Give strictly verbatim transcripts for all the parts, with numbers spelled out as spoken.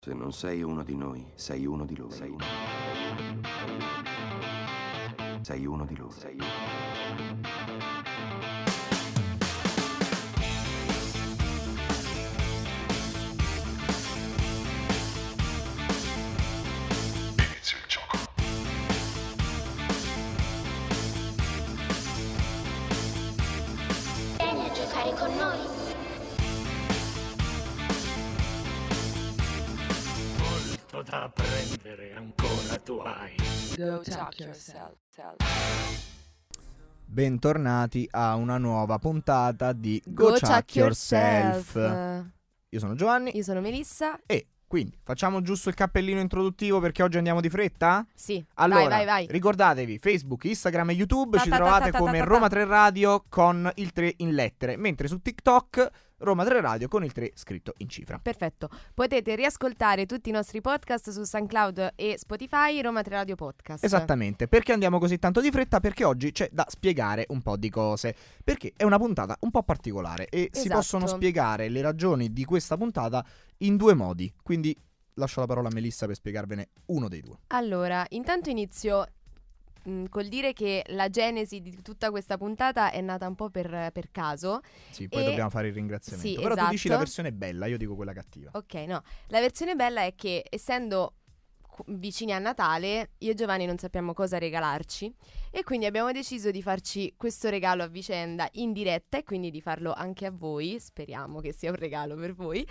Se non sei uno di noi, sei uno di loro. Sei uno, sei uno di loro. Sei uno. Inizia il gioco. Vieni a giocare con noi. Molto da apprendere ancora tu hai. Go talk yourself. Bentornati a una nuova puntata di Go, Go Chuck Chuck Yourself. Yourself. Io sono Giovanni Io sono Melissa. e quindi facciamo giusto il cappellino introduttivo perché oggi andiamo di fretta? Sì, Allora, vai, vai, vai. ricordatevi Facebook, Instagram e YouTube Ta ci ta ta trovate ta ta come ta ta. Roma tre Radio con il tre in lettere, mentre su TikTok Roma tre Radio con il tre scritto in cifra. Perfetto. Potete riascoltare tutti i nostri podcast su SoundCloud e Spotify, Roma tre Radio Podcast. Esattamente, perché andiamo così tanto di fretta? Perché oggi c'è da spiegare un po' di cose, perché è una puntata un po' particolare e si Esatto. possono spiegare le ragioni di questa puntata in due modi, quindi lascio la parola a Melissa per spiegarvene uno dei due. Allora, intanto inizio mh, col dire che la genesi di tutta questa puntata è nata un po' per, per caso. Sì, poi E- dobbiamo fare il ringraziamento, sì, però tu dici la esatto. versione bella, io dico quella cattiva. Ok, no. La versione bella è che, essendo cu- vicini a Natale, io e Giovanni non sappiamo cosa regalarci e quindi abbiamo deciso di farci questo regalo a vicenda in diretta e quindi di farlo anche a voi. Speriamo che sia un regalo per voi.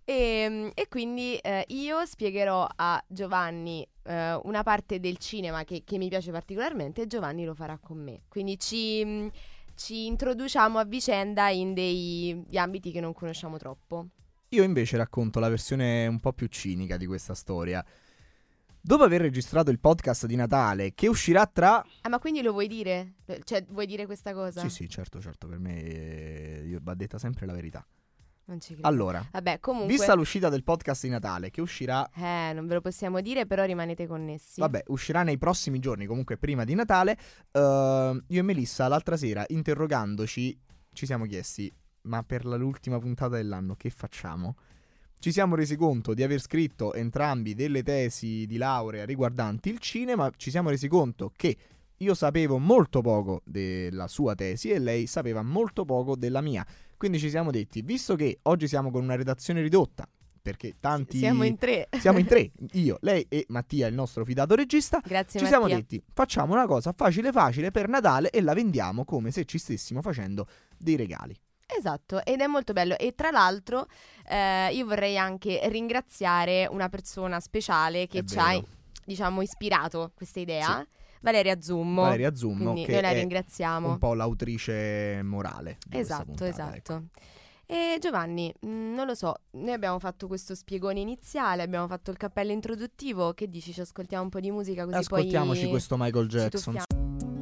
E, e quindi eh, io spiegherò a Giovanni eh, una parte del cinema che, che mi piace particolarmente e Giovanni lo farà con me. Quindi ci, mh, ci introduciamo a vicenda in dei gli ambiti che non conosciamo troppo. Io invece racconto la versione un po' più cinica di questa storia. Dopo aver registrato il podcast di Natale, che uscirà tra... Ah, ma quindi lo vuoi dire? Cioè, vuoi dire questa cosa? Sì, sì, certo, certo, per me eh, io- va detta sempre la verità. Non ci credo. Allora, Vabbè, comunque... vista l'uscita del podcast di Natale, che uscirà... Eh, non ve lo possiamo dire, però rimanete connessi. Vabbè, uscirà nei prossimi giorni, comunque prima di Natale. eh, io e Melissa l'altra sera, interrogandoci, ci siamo chiesti, ma per la- l'ultima puntata dell'anno che facciamo? Ci siamo resi conto di aver scritto entrambi delle tesi di laurea riguardanti il cinema, ci siamo resi conto che io sapevo molto poco della sua tesi e lei sapeva molto poco della mia. Quindi ci siamo detti, visto che oggi siamo con una redazione ridotta, perché tanti... Siamo in tre. Siamo in tre, io, lei e Mattia, il nostro fidato regista. Grazie, Ci Mattia. siamo detti, facciamo una cosa facile facile per Natale e la vendiamo come se ci stessimo facendo dei regali. Esatto, ed è molto bello. E tra l'altro eh, io vorrei anche ringraziare una persona speciale che È ci ha, vero. diciamo, ispirato questa idea, Valeria Zummo. Valeria Zummo, Quindi che noi la è ringraziamo. un po' l'autrice morale di questa Esatto, puntata, esatto. ecco. E Giovanni, mh, non lo so, noi abbiamo fatto questo spiegone iniziale, abbiamo fatto il cappello introduttivo. Che dici? Ci ascoltiamo un po' di musica così Ascoltiamoci poi questo Michael ci Jackson. tuffiamo.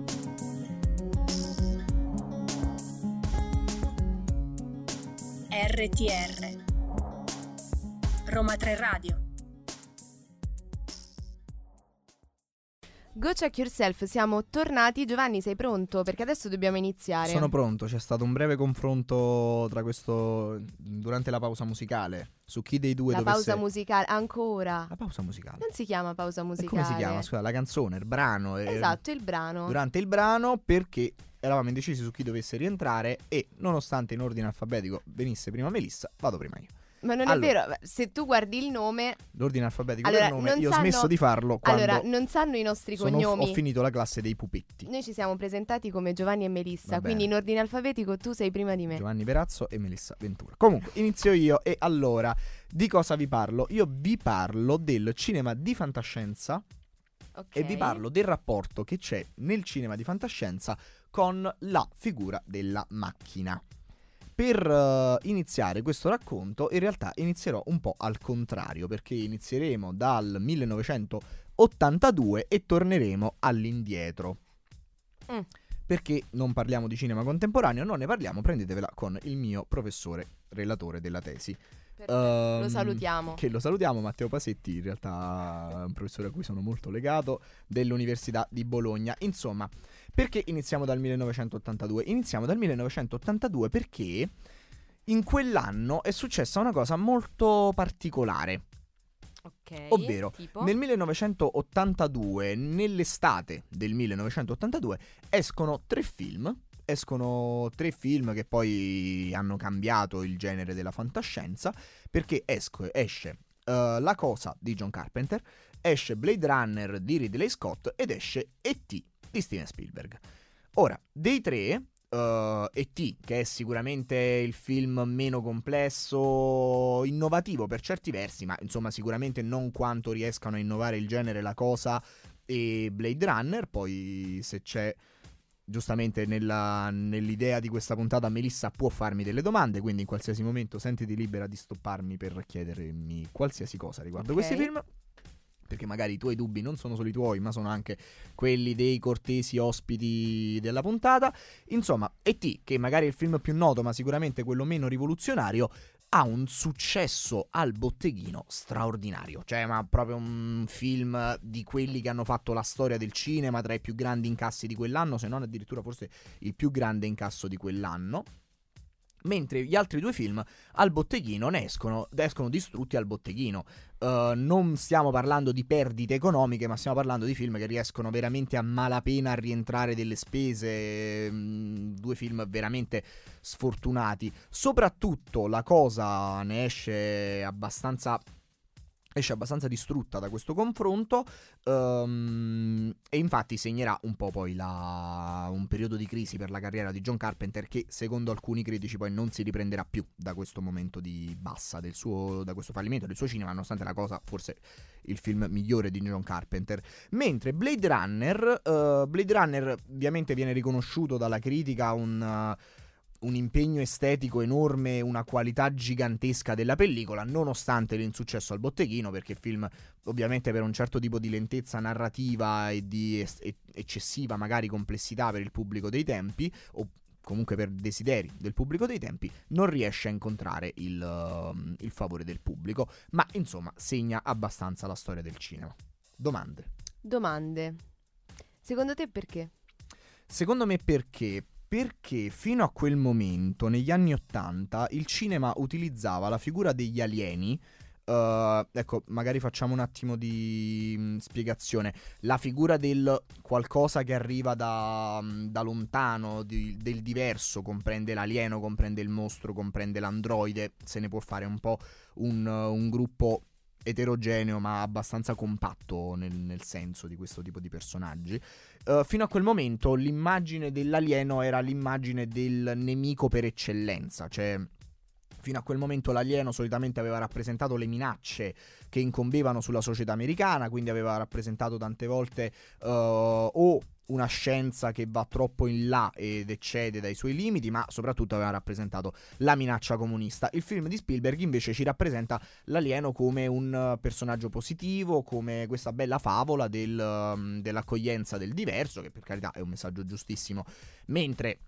R T R Roma tre Radio. Go Check Yourself, siamo tornati. Giovanni, sei pronto? Perché adesso dobbiamo iniziare. Sono pronto, c'è stato un breve confronto tra questo durante la pausa musicale su chi dei due La dovesse... pausa musicale, ancora. La pausa musicale. Non si chiama pausa E musicale. come si chiama? Scusa, la canzone, il brano. eh, Esatto, il brano. Durante il brano, perché eravamo indecisi su chi dovesse rientrare e nonostante in ordine alfabetico venisse prima Melissa, vado prima io. Ma non Allora. è vero, se tu guardi il nome. L'ordine alfabetico Allora, del nome, non io ho sanno- smesso di farlo quando Allora, non sanno i nostri sono- cognomi. ho finito la classe dei pupetti. Noi ci siamo presentati come Giovanni e Melissa, Va quindi in bene. ordine alfabetico tu sei prima di me. Giovanni Perazzo e Melissa Ventura. Comunque, inizio io e allora, di cosa vi parlo? Io vi parlo del cinema di fantascienza Ok. e vi parlo del rapporto che c'è nel cinema di fantascienza con la figura della macchina. Per eh, iniziare questo racconto, in realtà inizierò un po' al contrario, perché inizieremo dal millenovecentottantadue e torneremo all'indietro. Mm. Perché non parliamo di cinema contemporaneo, non ne parliamo, prendetevela con il mio professore relatore della tesi. Perfetto, Ehm, lo salutiamo. Che lo salutiamo, Matteo Pasetti, in realtà è un professore a cui sono molto legato, dell'Università di Bologna. Insomma, perché iniziamo dal millenovecentottantadue? Iniziamo dal millenovecentottantadue perché in quell'anno è successa una cosa molto particolare. Ok. Ovvero, tipo? nel millenovecentottantadue, nell'estate del millenovecentottantadue, escono tre film. Escono tre film che poi hanno cambiato il genere della fantascienza, perché esco, esce uh, La Cosa di John Carpenter, esce Blade Runner di Ridley Scott ed esce E T di Steven Spielberg. Ora, dei tre, uh, E T, che è sicuramente il film meno complesso, innovativo per certi versi, ma insomma sicuramente non quanto riescano a innovare il genere La Cosa e Blade Runner. Poi se c'è, giustamente nella, nell'idea di questa puntata, Melissa può farmi delle domande, quindi in qualsiasi momento sentiti libera di stopparmi per chiedermi qualsiasi cosa riguardo Ok. questi film, perché magari i tuoi dubbi non sono solo i tuoi, ma sono anche quelli dei cortesi ospiti della puntata. Insomma, E T, che magari è il film più noto, ma sicuramente quello meno rivoluzionario, ha un successo al botteghino straordinario. Cioè, ma proprio un film di quelli che hanno fatto la storia del cinema, tra i più grandi incassi di quell'anno, se non addirittura forse il più grande incasso di quell'anno. Mentre gli altri due film al botteghino ne escono, escono distrutti al botteghino. Uh, non stiamo parlando di perdite economiche, ma stiamo parlando di film che riescono veramente a malapena a rientrare delle spese. Mm, due film veramente sfortunati. Soprattutto La Cosa ne esce abbastanza esce abbastanza distrutta da questo confronto, um, e infatti segnerà un po' poi la, un periodo di crisi per la carriera di John Carpenter, che secondo alcuni critici poi non si riprenderà più da questo momento di bassa del suo, da questo fallimento del suo cinema, nonostante La Cosa forse il film migliore di John Carpenter. Mentre Blade Runner uh, Blade Runner ovviamente viene riconosciuto dalla critica un uh, un impegno estetico enorme, una qualità gigantesca della pellicola, nonostante l'insuccesso al botteghino, perché il film ovviamente per un certo tipo di lentezza narrativa e di es- eccessiva magari complessità per il pubblico dei tempi, o comunque per desideri del pubblico dei tempi, non riesce a incontrare il, uh, il favore del pubblico, ma insomma segna abbastanza la storia del cinema. Domande. Domande. Secondo te perché? Secondo me perché? Perché fino a quel momento, negli anni Ottanta, il cinema utilizzava la figura degli alieni. Uh, ecco, magari facciamo un attimo di mh, spiegazione. La figura del qualcosa che arriva da, mh, da lontano, di, del diverso, comprende l'alieno, comprende il mostro, comprende l'androide. Se ne può fare un po' un, uh, un gruppo eterogeneo ma abbastanza compatto nel, nel senso di questo tipo di personaggi. Uh, fino a quel momento l'immagine dell'alieno era l'immagine del nemico per eccellenza, cioè fino a quel momento l'alieno solitamente aveva rappresentato le minacce che incombevano sulla società americana, quindi aveva rappresentato tante volte uh, o una scienza che va troppo in là ed eccede dai suoi limiti, ma soprattutto aveva rappresentato la minaccia comunista. Il film di Spielberg invece ci rappresenta l'alieno come un personaggio positivo, come questa bella favola del, um, dell'accoglienza del diverso, che per carità è un messaggio giustissimo, mentre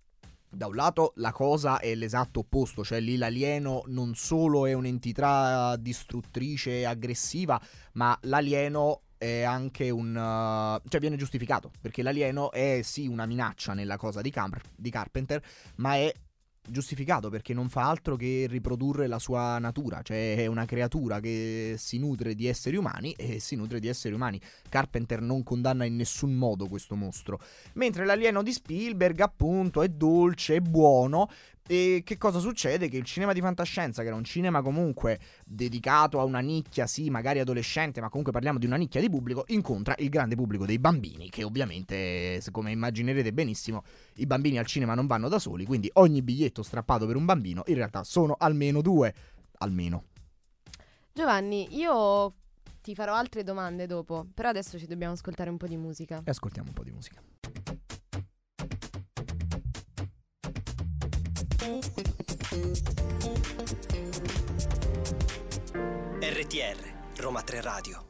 da un lato la cosa è l'esatto opposto, cioè lì l'alieno non solo è un'entità distruttrice e aggressiva, ma l'alieno è anche un... Uh, cioè viene giustificato, perché l'alieno è sì una minaccia nella cosa di, Cam- di Carpenter, ma è giustificato perché non fa altro che riprodurre la sua natura, cioè è una creatura che si nutre di esseri umani e si nutre di esseri umani. Carpenter non condanna in nessun modo questo mostro, mentre l'alieno di Spielberg appunto è dolce, è buono. E che cosa succede? Che il cinema di fantascienza, che era un cinema comunque dedicato a una nicchia, sì, magari adolescente, ma comunque parliamo di una nicchia di pubblico, incontra il grande pubblico dei bambini, che ovviamente, come immaginerete benissimo, i bambini al cinema non vanno da soli, quindi ogni biglietto strappato per un bambino in realtà sono almeno due, almeno. Giovanni, io ti farò altre domande dopo, però adesso ci dobbiamo ascoltare un po' di musica. E ascoltiamo un po' di musica. R T R, Roma tre Radio.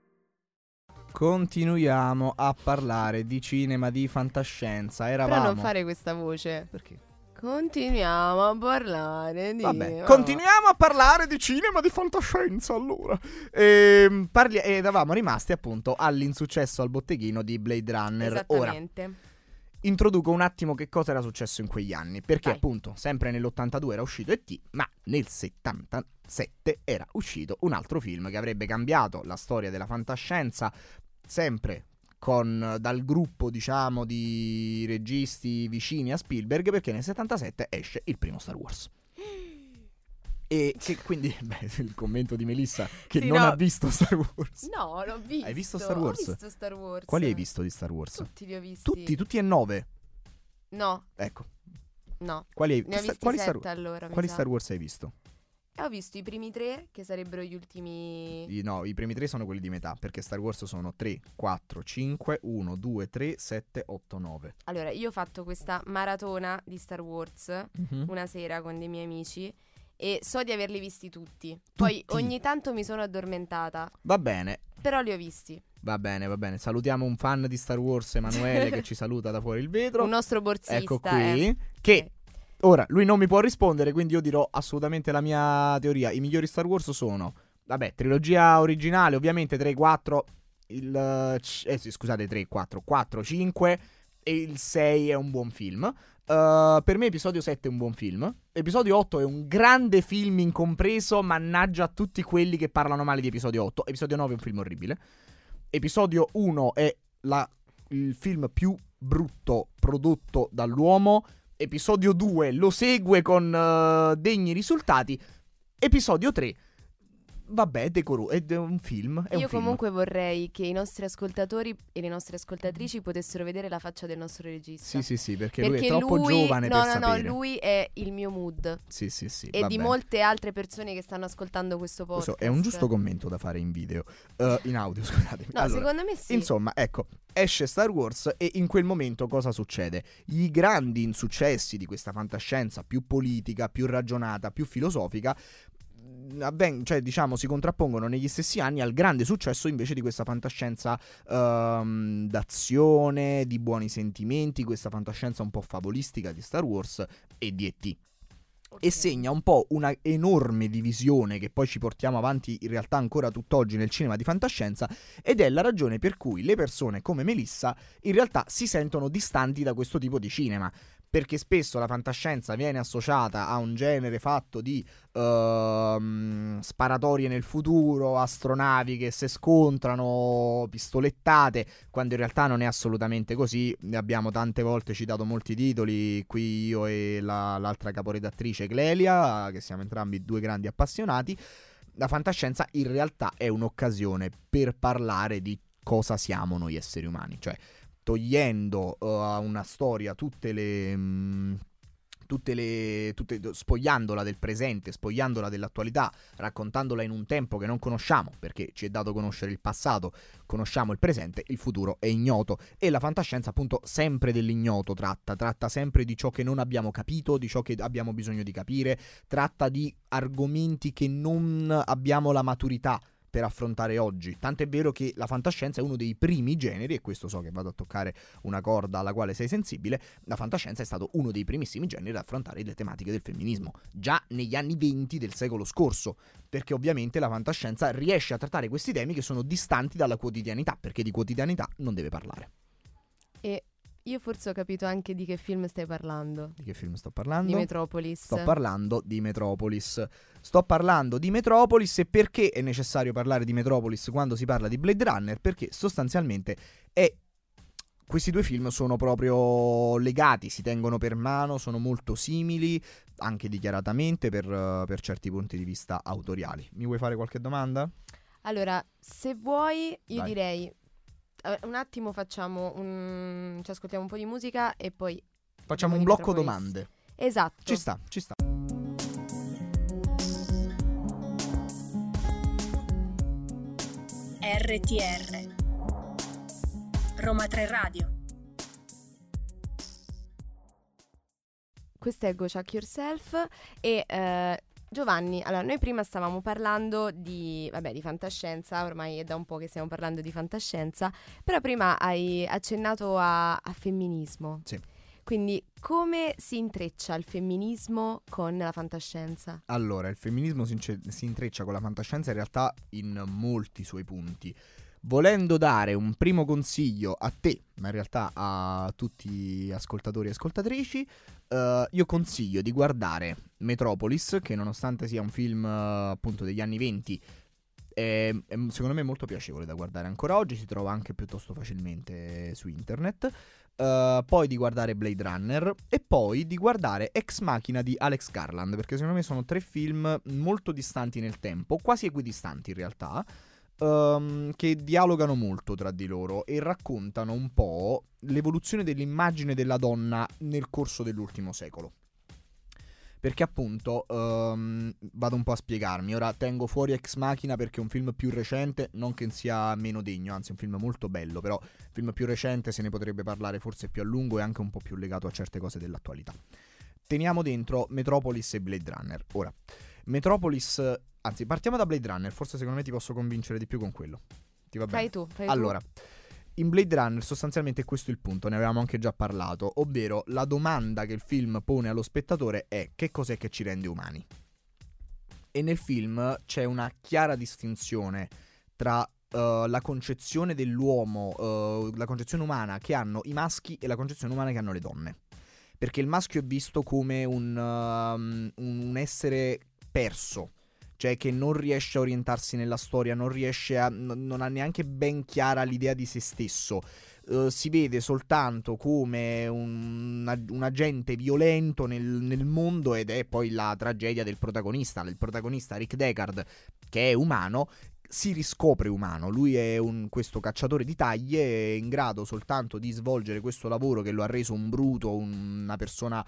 Continuiamo a parlare di cinema di fantascienza. Eravamo... Però non fare questa voce. Perché? Continuiamo a parlare di... Vabbè, oh. continuiamo a parlare di cinema di fantascienza, allora. E, parli- ed eravamo rimasti appunto all'insuccesso al botteghino di Blade Runner. Ora, Esattamente. introduco un attimo che cosa era successo in quegli anni, perché Vai. appunto sempre nell'ottantadue era uscito E T, ma nel settantasette era uscito un altro film che avrebbe cambiato la storia della fantascienza, sempre con dal gruppo, diciamo, di registi vicini a Spielberg, perché nel settantasette esce il primo Star Wars. E che quindi, beh, il commento di Melissa che Sì, non no. ha visto Star Wars. No, l'ho visto. Hai visto Star Wars? Ho visto Star Wars. Quali hai visto di Star Wars? Tutti li ho visti. Tutti, tutti e nove. No, Ecco. no. Quali, hai, Ne ho sta- visti quali, sette Star, allora, mi quali sa. Star Wars hai visto? E ho visto i primi tre, che sarebbero gli ultimi... I- no, i primi tre sono quelli di metà, perché Star Wars sono tre, quattro, cinque, uno, due, tre, sette, otto, nove. Allora, io ho fatto questa maratona di Star Wars una sera con dei miei amici e so di averli visti tutti. Poi Tutti? ogni tanto mi sono addormentata, Va bene, però li ho visti. va bene, va bene. Salutiamo un fan di Star Wars, Emanuele, che ci saluta da fuori il vetro. Un nostro borsista. Ecco qui, eh. che ora lui non mi può rispondere, quindi io dirò assolutamente la mia teoria. I migliori Star Wars sono, vabbè, trilogia originale, ovviamente tre, quattro, il eh sì, scusate, tre, quattro, quattro, cinque e il sei è un buon film. Uh, per me episodio sette è un buon film. Episodio otto è un grande film incompreso. Mannaggia a tutti quelli che parlano male di episodio otto. Episodio nove è un film orribile. Episodio uno è la, il film più brutto prodotto dall'uomo. Episodio due lo segue con uh, degni risultati. Episodio tre, vabbè, è decoro- è de- un film. È Io un film. comunque vorrei che i nostri ascoltatori e le nostre ascoltatrici potessero vedere la faccia del nostro regista. Sì, sì, sì, perché, Perché lui è troppo lui- giovane no, per no, sapere. no, lui è il mio mood. Sì, sì, sì. E va di bene. molte altre persone che stanno ascoltando questo Lo podcast. so, è un giusto commento da fare in video, uh, in audio, scusatemi. No, Allora, secondo me sì. insomma, ecco, esce Star Wars e in quel momento cosa succede? I grandi insuccessi di questa fantascienza più politica, più ragionata, più filosofica, avven- cioè diciamo si contrappongono negli stessi anni al grande successo invece di questa fantascienza ehm, d'azione, di buoni sentimenti, questa fantascienza un po' favolistica di Star Wars e di E T. E segna un po' una enorme divisione che poi ci portiamo avanti in realtà ancora tutt'oggi nel cinema di fantascienza, ed è la ragione per cui le persone come Melissa in realtà si sentono distanti da questo tipo di cinema, perché spesso la fantascienza viene associata a un genere fatto di uh, sparatorie nel futuro, astronavi che si scontrano, pistolettate, quando in realtà non è assolutamente così. Ne abbiamo tante volte citato molti titoli, qui io e la, l'altra caporedattrice Clelia, che siamo entrambi due grandi appassionati. La fantascienza in realtà è un'occasione per parlare di cosa siamo noi esseri umani, cioè togliendo uh, a una storia tutte le, mh, tutte le tutte, spogliandola del presente, spogliandola dell'attualità, raccontandola in un tempo che non conosciamo, perché ci è dato conoscere il passato, conosciamo il presente, il futuro è ignoto, e la fantascienza appunto sempre dell'ignoto tratta, tratta sempre di ciò che non abbiamo capito, di ciò che abbiamo bisogno di capire, tratta di argomenti che non abbiamo la maturità per affrontare oggi. Tanto è vero che la fantascienza è uno dei primi generi, e questo so che vado a toccare una corda alla quale sei sensibile, la fantascienza è stato uno dei primissimi generi ad affrontare le tematiche del femminismo, già negli anni venti del secolo scorso, perché ovviamente la fantascienza riesce a trattare questi temi che sono distanti dalla quotidianità, perché di quotidianità non deve parlare. E io forse ho capito anche di che film stai parlando. Di che film sto parlando? Di Metropolis. Sto parlando di Metropolis. Sto parlando di Metropolis. E perché è necessario parlare di Metropolis quando si parla di Blade Runner? Perché sostanzialmente è... questi due film sono proprio legati, si tengono per mano, sono molto simili, anche dichiaratamente per, per certi punti di vista autoriali. Mi vuoi fare qualche domanda? Allora, se vuoi, io Vai. direi eh, un attimo facciamo un... ci ascoltiamo un po' di musica e poi Facciamo un di blocco Metropolis. domande. Esatto. Ci sta, ci sta. R T R Roma tre Radio. Questo è Go Chuck Yourself. E eh, Giovanni, allora noi prima stavamo parlando di, vabbè, di fantascienza, ormai è da un po' che stiamo parlando di fantascienza, però prima hai accennato a, a femminismo. Sì. Quindi come si intreccia il femminismo con la fantascienza? Allora, il femminismo si, ince- si intreccia con la fantascienza in realtà in molti suoi punti. volendo dare un primo consiglio a te, ma in realtà a tutti gli ascoltatori e ascoltatrici, uh, io consiglio di guardare Metropolis, che nonostante sia un film uh, appunto degli anni venti, è, è secondo me molto piacevole da guardare ancora oggi, si trova anche piuttosto facilmente su internet. Uh, poi di guardare Blade Runner e poi di guardare Ex Machina di Alex Garland, perché secondo me sono tre film molto distanti nel tempo, quasi equidistanti in realtà, um, che dialogano molto tra di loro e raccontano un po' l'evoluzione dell'immagine della donna nel corso dell'ultimo secolo. Perché appunto, um, vado un po' a spiegarmi, ora tengo fuori Ex Machina perché è un film più recente, non che sia meno degno, anzi è un film molto bello, però film più recente se ne potrebbe parlare forse più a lungo e anche un po' più legato a certe cose dell'attualità. Teniamo dentro Metropolis e Blade Runner. Ora, Metropolis, anzi partiamo da Blade Runner, forse secondo me ti posso convincere di più con quello. Ti va bene? Fai tu, fai allora, tu. in Blade Runner sostanzialmente questo è il punto, ne avevamo anche già parlato, ovvero la domanda che il film pone allo spettatore è: che cos'è che ci rende umani? E nel film c'è una chiara distinzione tra uh, la concezione dell'uomo, uh, la concezione umana che hanno i maschi e la concezione umana che hanno le donne. Perché il maschio è visto come un, uh, un essere perso, cioè che non riesce a orientarsi nella storia, non riesce a, n- non ha neanche ben chiara l'idea di se stesso. Uh, si vede soltanto come un, un agente violento nel, nel mondo, ed è poi la tragedia del protagonista. Il protagonista Rick Deckard, che è umano, si riscopre umano. Lui è un, questo cacciatore di taglie, è in grado soltanto di svolgere questo lavoro che lo ha reso un bruto, un, una persona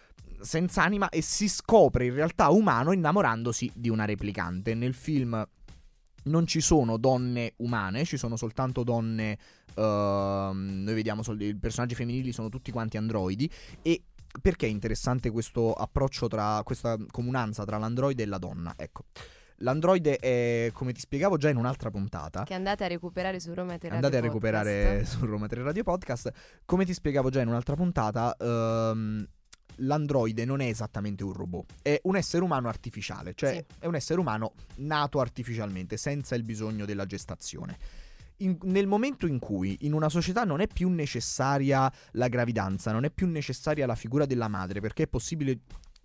senza anima, e si scopre in realtà umano innamorandosi di una replicante. Nel film non ci sono donne umane, ci sono soltanto donne, uh, noi vediamo sol- i personaggi femminili sono tutti quanti androidi. E perché è interessante questo approccio, tra questa comunanza tra l'androide e la donna? Ecco, l'androide è, come ti spiegavo già in un'altra puntata, che andate a recuperare su Roma tre Radio andate a Podcast. recuperare su Roma tre Radio Podcast, come ti spiegavo già in un'altra puntata, um, l'androide non è esattamente un robot, è un essere umano artificiale, cioè sì. è un essere umano nato artificialmente, senza il bisogno della gestazione. In, nel momento in cui in una società non è più necessaria la gravidanza, non è più necessaria la figura della madre, perché è possibile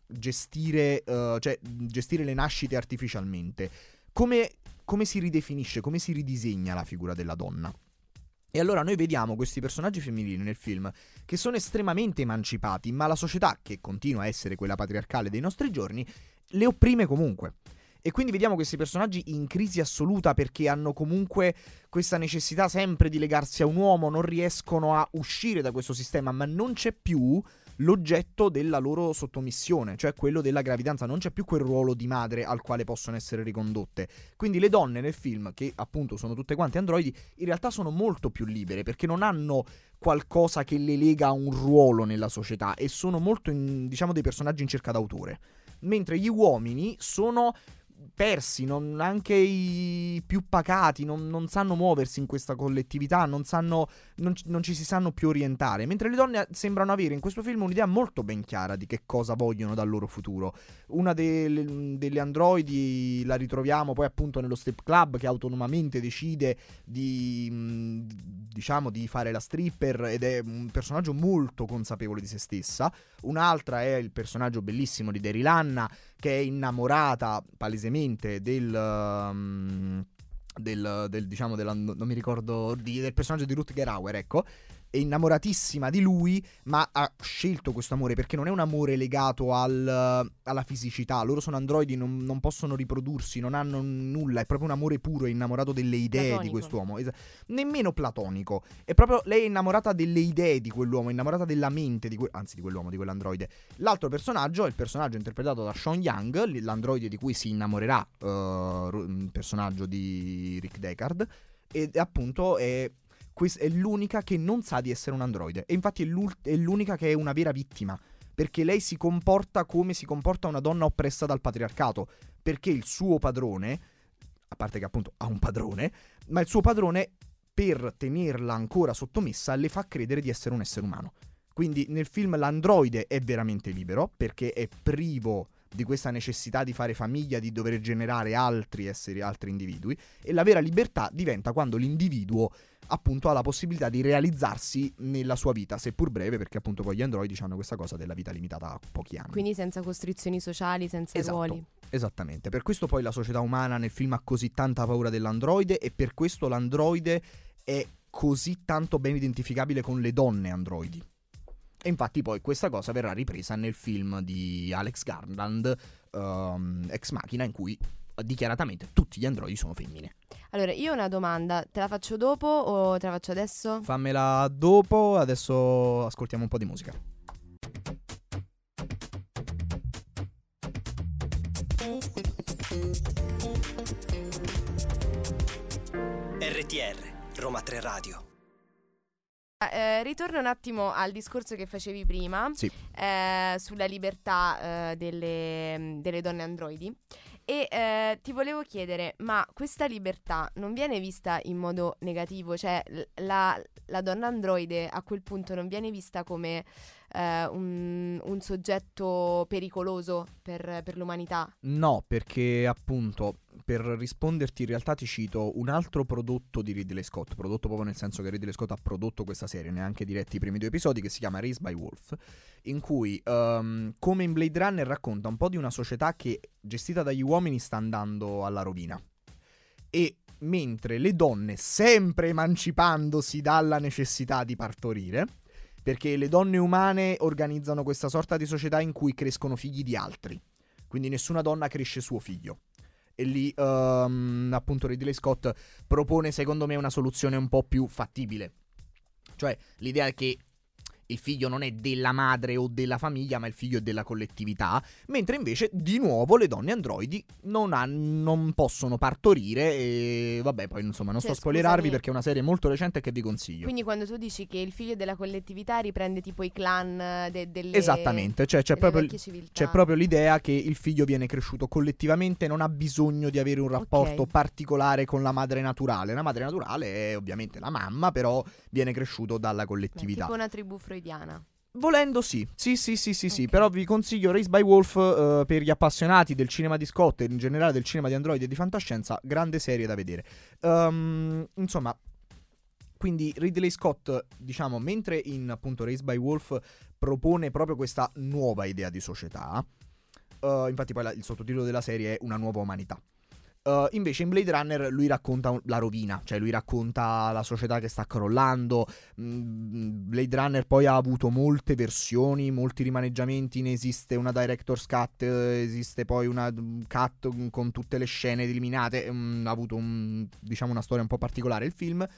gestire, uh, cioè gestire le nascite artificialmente, come, come si ridefinisce, come si ridisegna la figura della donna? E allora noi vediamo questi personaggi femminili nel film che sono estremamente emancipati, ma la società, che continua a essere quella patriarcale dei nostri giorni, le opprime comunque. E quindi vediamo questi personaggi in crisi assoluta, perché hanno comunque questa necessità sempre di legarsi a un uomo, non riescono a uscire da questo sistema, ma non c'è più l'oggetto della loro sottomissione, cioè quello della gravidanza, non c'è più quel ruolo di madre al quale possono essere ricondotte. Quindi le donne nel film, che appunto sono tutte quante androidi, in realtà sono molto più libere, perché non hanno qualcosa che le lega a un ruolo nella società e sono molto, in, diciamo, dei personaggi in cerca d'autore. Mentre gli uomini sono persi, non, anche i più pacati non, non sanno muoversi in questa collettività, non sanno, non, non ci si sanno più orientare, mentre le donne sembrano avere in questo film un'idea molto ben chiara di che cosa vogliono dal loro futuro. Una delle, delle androidi la ritroviamo poi appunto nello Strip Club, che autonomamente decide di, diciamo, di fare la stripper, ed è un personaggio molto consapevole di se stessa. Un'altra è il personaggio bellissimo di Daryl Hannah, che è innamorata palesemente del, um, del, del diciamo, della, non mi ricordo, di, del personaggio di Rutger Hauer, ecco. È innamoratissima di lui, ma ha scelto questo amore perché non è un amore legato al, alla fisicità. Loro sono androidi, non, non possono riprodursi, non hanno nulla. È proprio un amore puro, è innamorato delle idee platonico. Di quest'uomo. Es- nemmeno platonico. È proprio, lei è innamorata delle idee di quell'uomo, è innamorata della mente di que- anzi di quell'uomo, di quell'androide. L'altro personaggio è il personaggio interpretato da Sean Young, l'androide di cui si innamorerà uh, il personaggio di Rick Deckard. Ed appunto è... è l'unica che non sa di essere un androide. E infatti è, è l'unica che è una vera vittima, perché lei si comporta come si comporta una donna oppressa dal patriarcato, perché il suo padrone, a parte che appunto ha un padrone, ma il suo padrone, per tenerla ancora sottomessa, le fa credere di essere un essere umano. Quindi nel film l'androide è veramente libero, perché è privo di questa necessità di fare famiglia, di dover generare altri esseri, altri individui, e la vera libertà diventa quando l'individuo appunto ha la possibilità di realizzarsi nella sua vita, seppur breve, perché appunto poi gli androidi hanno questa cosa della vita limitata a pochi anni. Quindi senza costrizioni sociali, senza Esatto. ruoli. Esattamente, per questo poi la società umana nel film ha così tanta paura dell'androide, e per questo l'androide è così tanto ben identificabile con le donne androidi. E infatti poi questa cosa verrà ripresa nel film di Alex Garland, um, Ex Machina, in cui dichiaratamente tutti gli androidi sono femmine. Allora, io ho una domanda, te la faccio dopo o te la faccio adesso? Fammela dopo, adesso ascoltiamo un po' di musica. R T R, Roma tre Radio. Eh, ritorno un attimo al discorso che facevi prima, Sì. eh, sulla libertà eh, delle, delle donne androidi. E eh, ti volevo chiedere, ma questa libertà non viene vista in modo negativo? Cioè l- la, la donna androide a quel punto non viene vista come eh, un, un soggetto pericoloso per, per l'umanità? No, perché appunto, per risponderti, in realtà ti cito un altro prodotto di Ridley Scott, prodotto proprio nel senso che Ridley Scott ha prodotto questa serie, ne ha anche diretti i primi due episodi, che si chiama Raised by Wolf, in cui, um, come in Blade Runner, racconta un po' di una società che, gestita dagli uomini, sta andando alla rovina. E mentre le donne, sempre emancipandosi dalla necessità di partorire, perché le donne umane organizzano questa sorta di società in cui crescono figli di altri, quindi nessuna donna cresce suo figlio. E lì um, appunto Ridley Scott propone, secondo me, una soluzione un po' più fattibile. Cioè l'idea è che il figlio non è della madre o della famiglia, ma il figlio è della collettività, mentre invece di nuovo le donne androidi non, han, non possono partorire. E vabbè, poi insomma non Cioè, sto a spoilerarvi, scusami. perché è una serie molto recente che vi consiglio. Quindi quando tu dici che il figlio della collettività riprende tipo i clan de- delle Esattamente, cioè c'è delle proprio, vecchie civiltà. c'è proprio l'idea che il figlio viene cresciuto collettivamente, non ha bisogno di avere un rapporto Ok. particolare con la madre naturale. La madre naturale è ovviamente la mamma, però viene cresciuto dalla Beh, collettività. tipo una tribù freudiana. Volendo sì, sì sì sì sì, sì. Ok. Però vi consiglio Raised by Wolf eh, per gli appassionati del cinema di Scott e in generale del cinema di androidi e di fantascienza, grande serie da vedere. Ehm, insomma, quindi Ridley Scott, diciamo, mentre in appunto Raised by Wolf propone proprio questa nuova idea di società, eh, infatti poi la- il sottotitolo della serie è Una nuova umanità. Uh, invece in Blade Runner lui racconta un- la rovina, cioè lui racconta la società che sta crollando. mm, Blade Runner poi ha avuto molte versioni, molti rimaneggiamenti, ne esiste una director's cut, eh, esiste poi una mm, cut mm, con tutte le scene eliminate. mm, ha avuto un, diciamo una storia un po' particolare il film,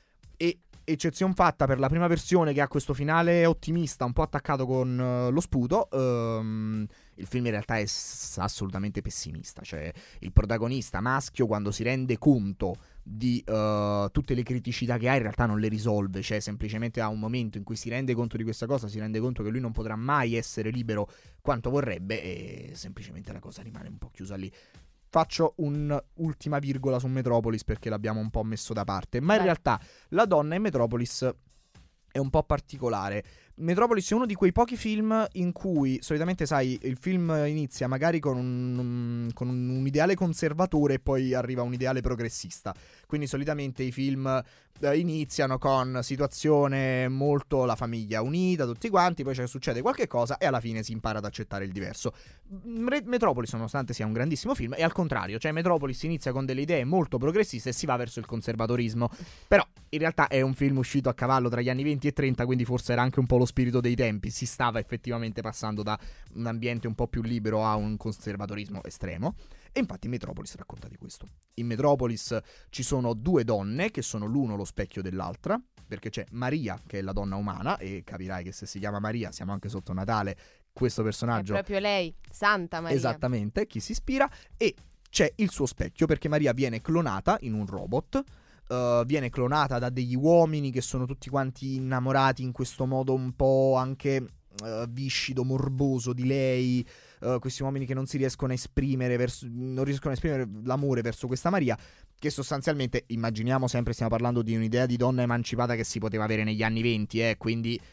e eccezion fatta per la prima versione, che ha questo finale ottimista un po' attaccato con eh, lo sputo. ehm, il film in realtà è s- assolutamente pessimista. Cioè il protagonista maschio, quando si rende conto di eh, tutte le criticità che ha, in realtà non le risolve. Cioè semplicemente ha un momento in cui si rende conto di questa cosa, si rende conto che lui non potrà mai essere libero quanto vorrebbe, e semplicemente la cosa rimane un po' chiusa lì. Faccio un'ultima virgola su Metropolis perché l'abbiamo un po' messo da parte, ma in Vai. realtà la donna in Metropolis è un po' particolare. Metropolis è uno di quei pochi film in cui solitamente, sai, il film inizia magari con un, con un ideale conservatore e poi arriva un ideale progressista. Quindi solitamente i film eh, iniziano con situazione molto la famiglia unita, tutti quanti, poi cioè, succede qualche cosa e alla fine si impara ad accettare il diverso. Re- Metropolis, nonostante sia un grandissimo film, è al contrario. Cioè Metropolis inizia con delle idee molto progressiste e si va verso il conservatorismo. Però in realtà è un film uscito a cavallo tra gli anni venti e trenta, quindi forse era anche un po' lo spirito dei tempi. Si stava effettivamente passando da un ambiente un po' più libero a un conservatorismo estremo. E infatti Metropolis racconta di questo. In Metropolis ci sono due donne che sono l'uno lo specchio dell'altra, perché c'è Maria, che è la donna umana, e capirai che se si chiama Maria, siamo anche sotto Natale, questo È personaggio proprio lei, Santa Maria. esattamente, chi si ispira. E c'è il suo specchio, perché Maria viene clonata in un robot. Uh, viene clonata da degli uomini che sono tutti quanti innamorati in questo modo un po' anche uh, viscido, morboso di lei. Uh, questi uomini che non si riescono a esprimere verso, non riescono a esprimere l'amore verso questa Maria, che sostanzialmente, immaginiamo sempre, stiamo parlando di un'idea di donna emancipata che si poteva avere negli anni venti, eh, quindi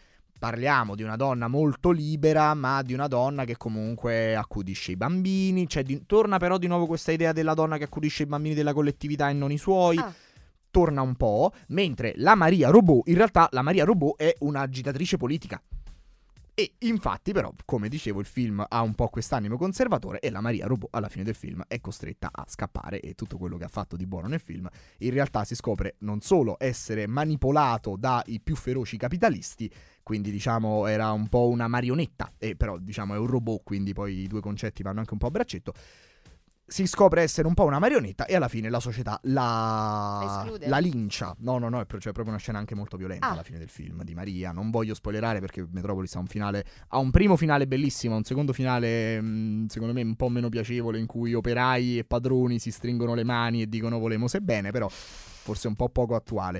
parliamo di una donna molto libera, ma di una donna che comunque accudisce i bambini. Cioè, di, torna però di nuovo questa idea della donna che accudisce i bambini della collettività e non i suoi. Ah. Torna un po', mentre la Maria Robot, in realtà la Maria Robot è un'agitatrice politica. E infatti però, come dicevo, il film ha un po' quest'animo conservatore e la Maria Robot alla fine del film è costretta a scappare, e tutto quello che ha fatto di buono nel film in realtà si scopre non solo essere manipolato dai più feroci capitalisti, quindi diciamo era un po' una marionetta, e però diciamo è un robot, quindi poi i due concetti vanno anche un po' a braccetto. Si scopre essere un po' una marionetta e alla fine la società la, la lincia. No, no, no, è, pro- cioè, è proprio una scena anche molto violenta ah. alla fine del film di Maria. Non voglio spoilerare perché Metropolis ha un finale, ha un primo finale bellissimo, un secondo finale mh, secondo me un po' meno piacevole, in cui operai e padroni si stringono le mani e dicono volemo se bene, però forse un po' poco attuale.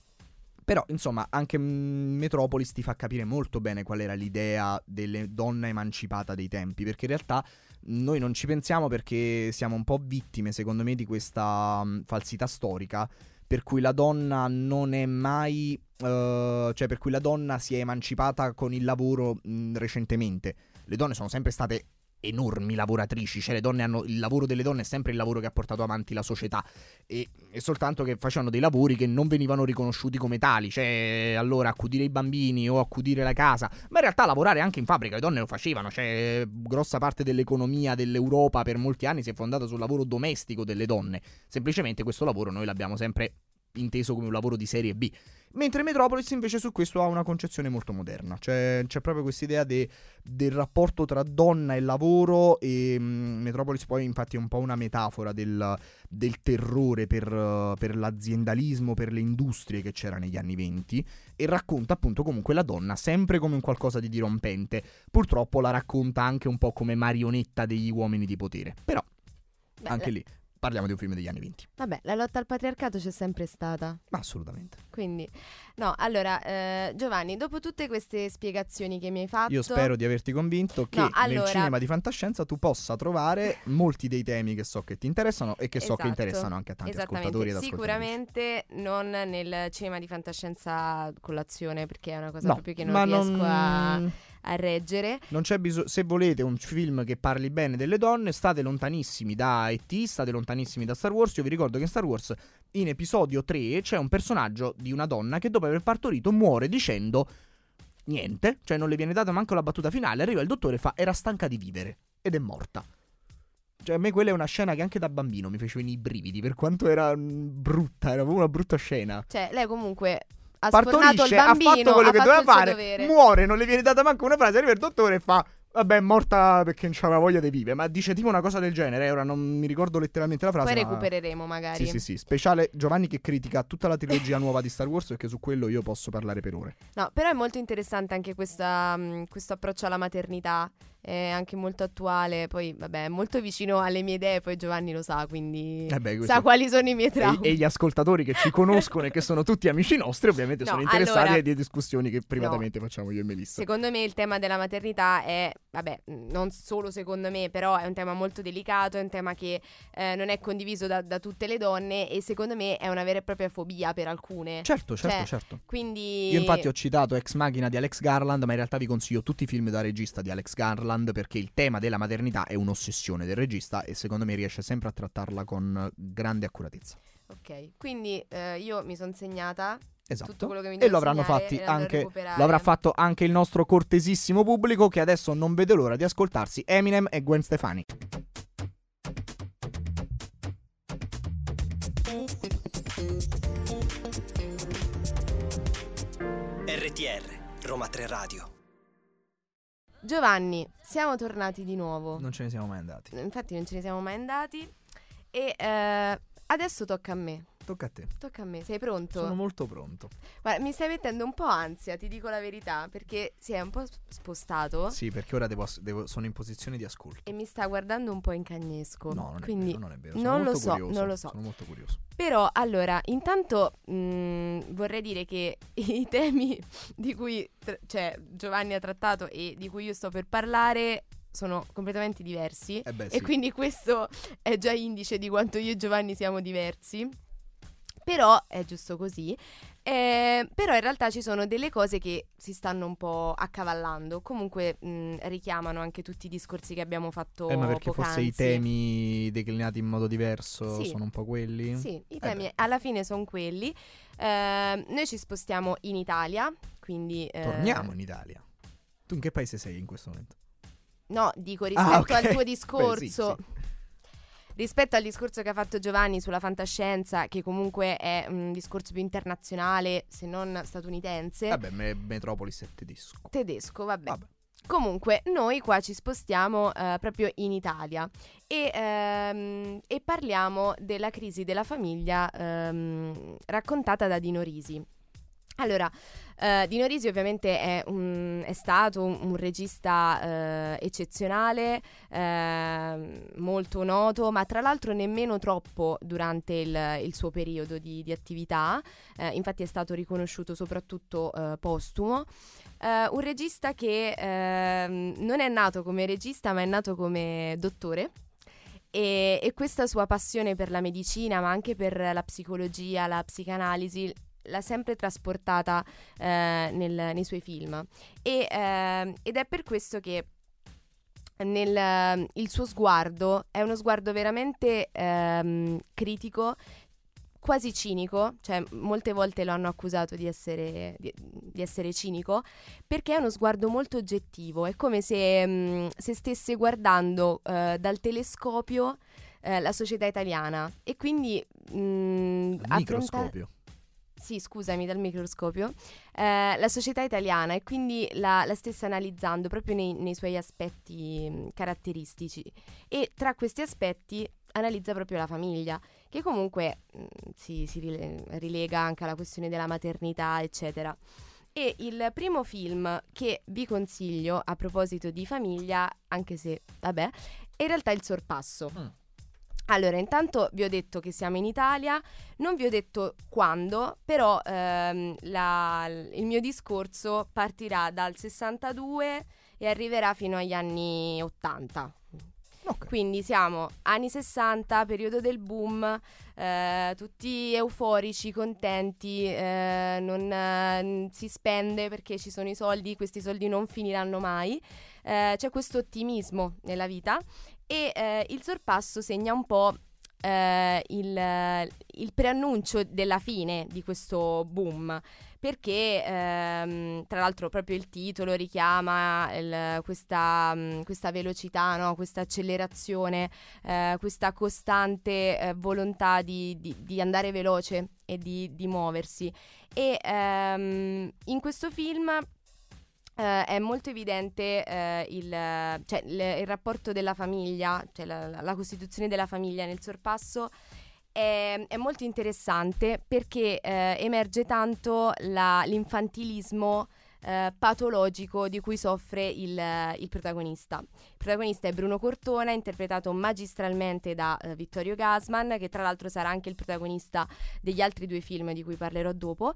Però, insomma, anche Metropolis ti fa capire molto bene qual era l'idea delle donna emancipata dei tempi, perché in realtà noi non ci pensiamo perché siamo un po' vittime, secondo me, di questa um, falsità storica, per cui la donna non è mai, uh, cioè per cui la donna si è emancipata con il lavoro mh, recentemente. Le donne sono sempre state enormi lavoratrici, cioè le donne hanno, il lavoro delle donne è sempre il lavoro che ha portato avanti la società, e è soltanto che facevano dei lavori che non venivano riconosciuti come tali, cioè allora accudire i bambini o accudire la casa, ma in realtà lavorare anche in fabbrica le donne lo facevano, cioè grossa parte dell'economia dell'Europa per molti anni si è fondata sul lavoro domestico delle donne, semplicemente questo lavoro noi l'abbiamo sempre inteso come un lavoro di serie B. Mentre Metropolis invece su questo ha una concezione molto moderna, cioè c'è proprio quest'idea de, del rapporto tra donna e lavoro, e mh, Metropolis poi infatti è un po' una metafora del, del terrore per, uh, per l'aziendalismo, per le industrie che c'era negli anni venti, e racconta appunto comunque la donna sempre come un qualcosa di dirompente. Purtroppo la racconta anche un po' come marionetta degli uomini di potere, però Beh, anche lì parliamo di un film degli anni venti. Vabbè, la lotta al patriarcato c'è sempre stata. Ma assolutamente. Quindi, no, allora, eh, Giovanni, dopo tutte queste spiegazioni che mi hai fatto, io spero di averti convinto che no, allora... nel cinema di fantascienza tu possa trovare molti dei temi che so che ti interessano e che esatto. so che interessano anche a tanti ascoltatori ed ascoltatrici. Sicuramente non nel cinema di fantascienza colazione, perché è una cosa no, proprio che non ma riesco non... a... a reggere. Non c'è bisogno. Se volete un film che parli bene delle donne, state lontanissimi da E T, state lontanissimi da Star Wars. Io vi ricordo che in Star Wars, in episodio tre, c'è un personaggio di una donna che dopo aver partorito muore dicendo niente, cioè non le viene data manco la battuta finale. Arriva il dottore e fa: era stanca di vivere, ed è morta. Cioè a me quella è una scena che anche da bambino mi fece venire i brividi, per quanto era mh, brutta, era proprio una brutta scena. Cioè lei comunque ha partorisce, il bambino, ha fatto quello ha che fatto doveva fare, dovere. Muore, non le viene data manco una frase, arriva il dottore e fa: vabbè, è morta perché non c'aveva voglia di vivere. Ma dice tipo una cosa del genere, ora non mi ricordo letteralmente la frase. Poi ma... recupereremo magari. Sì, sì, sì, speciale Giovanni che critica tutta la trilogia nuova di Star Wars, perché su quello io posso parlare per ore. No, però è molto interessante anche questa, mh, questo approccio alla maternità, è anche molto attuale, poi vabbè è molto vicino alle mie idee, poi Giovanni lo sa, quindi eh beh, sa quali sono i miei traumi. E, e gli ascoltatori che ci conoscono e che sono tutti amici nostri ovviamente no, sono interessati allora, alle discussioni che privatamente no, facciamo io e Melissa. Secondo me il tema della maternità è, vabbè, non solo secondo me, però è un tema molto delicato, è un tema che eh, non è condiviso da, da tutte le donne, e secondo me è una vera e propria fobia per alcune. Certo, certo, cioè, certo. Quindi io infatti ho citato Ex Machina di Alex Garland, ma in realtà vi consiglio tutti i film da regista di Alex Garland, perché il tema della maternità è un'ossessione del regista e secondo me riesce sempre a trattarla con grande accuratezza. Ok, quindi eh, io mi sono segnata esatto. tutto quello che mi e lo avranno fatti anche lo avrà fatto anche il nostro cortesissimo pubblico, che adesso non vede l'ora di ascoltarsi Eminem e Gwen Stefani. R T R Roma tre Radio. Giovanni, siamo tornati di nuovo. Non ce ne siamo mai andati. Infatti non ce ne siamo mai andati. E eh, adesso tocca a me. Tocca a te. Tocca a me, sei pronto? Sono molto pronto. Guarda, mi stai mettendo un po' ansia, ti dico la verità, perché si è un po' spostato. Sì, perché ora devo, devo, sono in posizione di ascolto. E mi sta guardando un po' in cagnesco. No, non quindi è vero, non è vero. Sono non molto lo so, curioso, non lo so. Sono molto curioso. Però, allora, intanto mh, vorrei dire che i temi di cui tra- cioè Giovanni ha trattato e di cui io sto per parlare sono completamente diversi. Eh beh, e sì. quindi questo è già indice di quanto io e Giovanni siamo diversi. Però è giusto così. Eh, però in realtà ci sono delle cose che si stanno un po' accavallando. Comunque mh, richiamano anche tutti i discorsi che abbiamo fatto Eh, ma perché poc'anzi. forse i temi declinati in modo diverso Sì. sono un po' quelli? Sì, i Eh temi beh. alla fine sono quelli. Eh, noi ci spostiamo in Italia, quindi... eh, Torniamo in Italia. Tu in che paese sei in questo momento? No, dico rispetto Ah, ok. al tuo Beh, discorso... sì, sì. Rispetto al discorso che ha fatto Giovanni sulla fantascienza, che comunque è un discorso più internazionale, se non statunitense, Vabbè, me- Metropolis è tedesco. tedesco, vabbè. Vabbè. Comunque, noi qua ci spostiamo eh, proprio in Italia e, ehm, e parliamo della crisi della famiglia ehm, raccontata da Dino Risi. Allora, eh, Dino Risi ovviamente è, un, è stato un, un regista eh, eccezionale, eh, molto noto, ma tra l'altro nemmeno troppo durante il, il suo periodo di, di attività. Eh, infatti è stato riconosciuto soprattutto eh, postumo. Uh, un regista che uh, non è nato come regista, ma è nato come dottore. E, e questa sua passione per la medicina, ma anche per la psicologia, la psicanalisi, l'ha sempre trasportata uh, nel, nei suoi film. E, uh, ed è per questo che nel, uh, il suo sguardo è uno sguardo veramente uh, critico, quasi cinico, cioè molte volte lo hanno accusato di essere, di, di essere cinico, perché è uno sguardo molto oggettivo, è come se, mh, se stesse guardando uh, dal telescopio uh, la società italiana e quindi mh, Al affronta- microscopio. Sì, scusami, dal microscopio, eh, la società italiana e quindi la, la stessa analizzando proprio nei, nei suoi aspetti mh, caratteristici e tra questi aspetti analizza proprio la famiglia, che comunque mh, si, si rile- rilega anche alla questione della maternità, eccetera. E il primo film che vi consiglio a proposito di famiglia, anche se, vabbè, è in realtà Il Sorpasso. Mm. Allora, intanto vi ho detto che siamo in Italia, non vi ho detto quando, però ehm, la- il mio discorso partirà dal sessantadue e arriverà fino agli anni ottanta. Ok. Quindi siamo anni sessanta, periodo del boom, eh, tutti euforici, contenti, eh, non eh, si spende perché ci sono i soldi, questi soldi non finiranno mai, eh, c'è questo ottimismo nella vita e eh, Il Sorpasso segna un po' eh, il, il preannuncio della fine di questo boom. Perché ehm, tra l'altro proprio il titolo richiama il, questa, mh, questa velocità, no? Questa accelerazione, eh, questa costante eh, volontà di, di, di andare veloce e di, di muoversi. E ehm, in questo film eh, è molto evidente eh, il, cioè, il, il rapporto della famiglia, cioè la, la costituzione della famiglia nel Sorpasso. È, è molto interessante perché eh, emerge tanto la, l'infantilismo eh, patologico di cui soffre il, il protagonista. Il protagonista è Bruno Cortona, interpretato magistralmente da eh, Vittorio Gassman, che tra l'altro sarà anche il protagonista degli altri due film di cui parlerò dopo,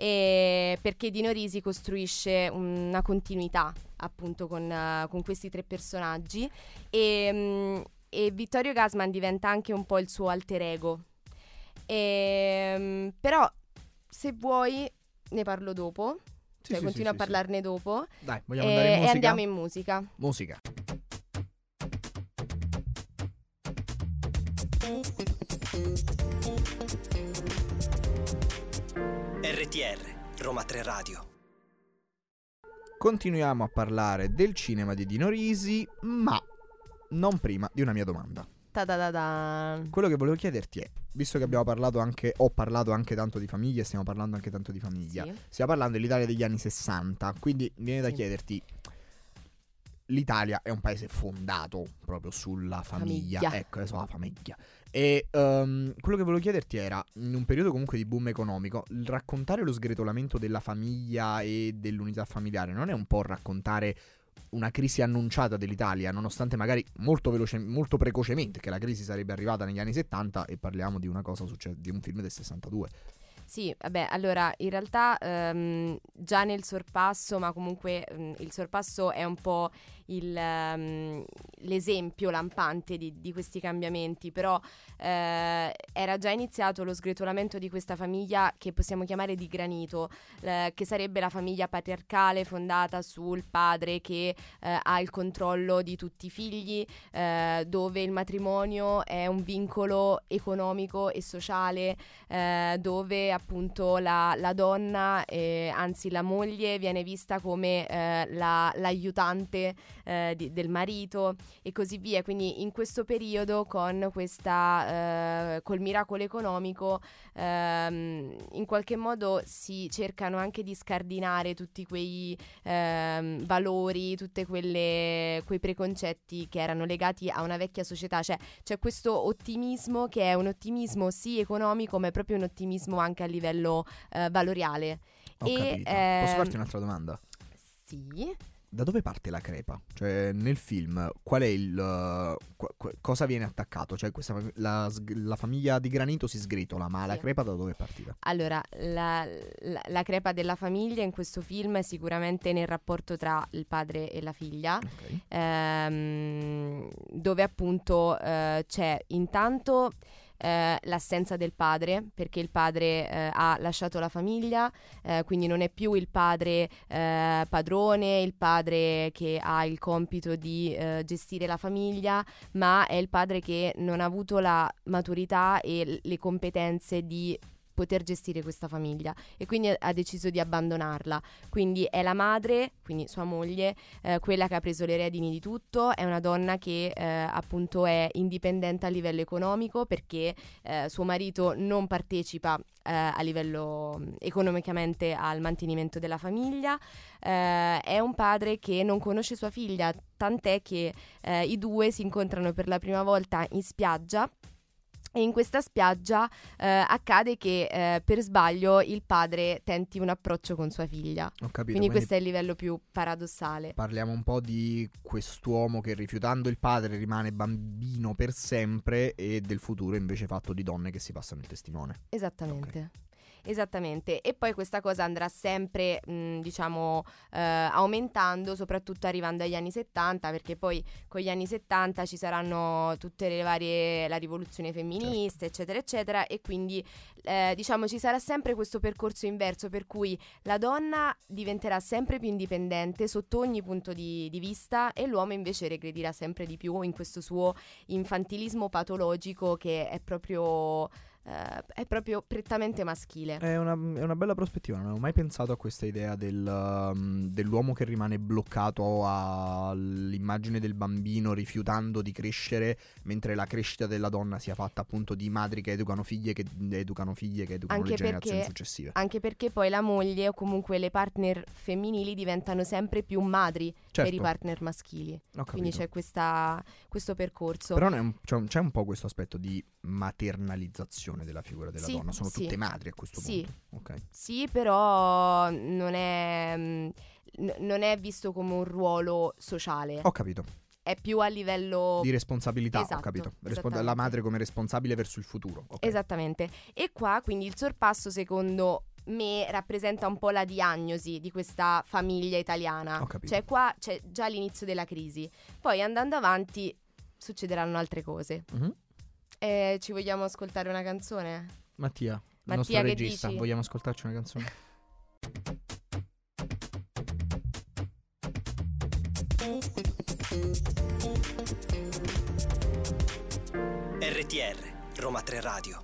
e perché Dino Risi costruisce una continuità appunto con, uh, con questi tre personaggi e... Mh, e Vittorio Gassman diventa anche un po' il suo alter ego. E, però se vuoi ne parlo dopo, Sì, cioè sì, continuo sì, a parlarne dopo. Dai, vogliamo e, andare in e musica? andiamo in musica. Musica. R T R, Roma tre Radio. Continuiamo a parlare del cinema di Dino Risi, ma non prima di una mia domanda. Ta-da-da-da. Quello che volevo chiederti è, visto che abbiamo parlato anche, ho parlato anche tanto di famiglia, stiamo parlando anche tanto di famiglia, Sì. stiamo parlando dell'Italia degli anni sessanta, quindi mi viene da Sì. chiederti, l'Italia è un paese fondato proprio sulla famiglia, Famiglia. ecco, sulla famiglia. E ehm, quello che volevo chiederti era, in un periodo comunque di boom economico, il raccontare lo sgretolamento della famiglia e dell'unità familiare non è un po' raccontare una crisi annunciata dell'Italia, nonostante magari molto veloce, molto precocemente che la crisi sarebbe arrivata negli anni settanta, e parliamo di una cosa successa, di un film del sessantadue. Sì, vabbè, allora in realtà ehm, già nel sorpasso, ma comunque mh, il sorpasso è un po' il, um, l'esempio lampante di, di questi cambiamenti, però eh, era già iniziato lo sgretolamento di questa famiglia che possiamo chiamare di granito, eh, che sarebbe la famiglia patriarcale fondata sul padre che eh, ha il controllo di tutti i figli, eh, dove il matrimonio è un vincolo economico e sociale, eh, dove appunto la, la donna, eh, anzi la moglie, viene vista come eh, la, l'aiutante eh, di, del marito e così via. Quindi in questo periodo, con questa eh, col miracolo economico, ehm, in qualche modo si cercano anche di scardinare tutti quei ehm, valori, tutte quelle quei preconcetti che erano legati a una vecchia società. Cioè c'è questo ottimismo che è un ottimismo sì economico, ma è proprio un ottimismo anche a livello eh, valoriale. Ho e, capito. ehm, Posso farti un'altra domanda? Sì. Da dove parte la crepa? Cioè, nel film, qual è il... uh, qu- qu- cosa viene attaccato? Cioè, questa, fam- la, sg- la famiglia di granito si sgretola, ma Sì. la crepa da dove è partita? Allora, la, la, la crepa della famiglia in questo film è sicuramente nel rapporto tra il padre e la figlia, Ok. ehm, dove appunto eh, c'è intanto eh, l'assenza del padre, perché il padre eh, ha lasciato la famiglia, eh, quindi non è più il padre eh, padrone, il padre che ha il compito di eh, gestire la famiglia, ma è il padre che non ha avuto la maturità e l- le competenze di poter gestire questa famiglia e quindi ha- ha deciso di abbandonarla. Quindi è la madre, quindi sua moglie, eh, quella che ha preso le redini di tutto. È una donna che eh, appunto è indipendente a livello economico, perché eh, suo marito non partecipa eh, a livello mh, economicamente al mantenimento della famiglia. Eh, è un padre che non conosce sua figlia, tant'è che eh, i due si incontrano per la prima volta in spiaggia. E in questa spiaggia eh, accade che eh, per sbaglio il padre tenti un approccio con sua figlia. Ho capito. Quindi quindi questo è il livello più paradossale. parliamo un po' di quest'uomo che, rifiutando il padre, rimane bambino per sempre, e del futuro invece fatto di donne che si passano il testimone. Esattamente. Esattamente, e poi questa cosa andrà sempre mh, diciamo eh, aumentando, soprattutto arrivando agli anni settanta, perché poi con gli anni settanta ci saranno tutte le varie, la rivoluzione femminista, certo, eccetera eccetera, e quindi eh, diciamo ci sarà sempre questo percorso inverso, per cui la donna diventerà sempre più indipendente sotto ogni punto di, di vista, e l'uomo invece regredirà sempre di più in questo suo infantilismo patologico che è proprio Uh, è proprio prettamente maschile. È una, è una bella prospettiva. Non avevo mai pensato a questa idea del, um, dell'uomo che rimane bloccato all'immagine del bambino, rifiutando di crescere, mentre la crescita della donna sia fatta appunto di madri che educano figlie, che educano figlie, che educano Anche le generazioni perché- successive. Anche perché poi la moglie o comunque le partner femminili diventano sempre più madri per i Certo. partner maschili. Ho capito. Quindi c'è questa, questo percorso. Però ne è un- c'è, un, c'è un po' questo aspetto di maternalizzazione della figura della Sì, donna. Sono sì. tutte madri a questo Sì. punto. Ok. Sì, però non è, mh, n- non è visto come un ruolo sociale. Ho capito. È più a livello... Di responsabilità, ho Esatto, capito. Respon- esattamente. la madre come responsabile verso il futuro. Ok. Esattamente. E qua quindi il sorpasso, secondo me, rappresenta un po' la diagnosi di questa famiglia italiana. Ho capito. Cioè qua c'è già l'inizio della crisi. Poi andando avanti succederanno altre cose. Mhm. Eh, ci vogliamo ascoltare una canzone? Mattia, il Mattia, nostro che regista, dici? vogliamo ascoltarci una canzone? R T R, Roma tre Radio.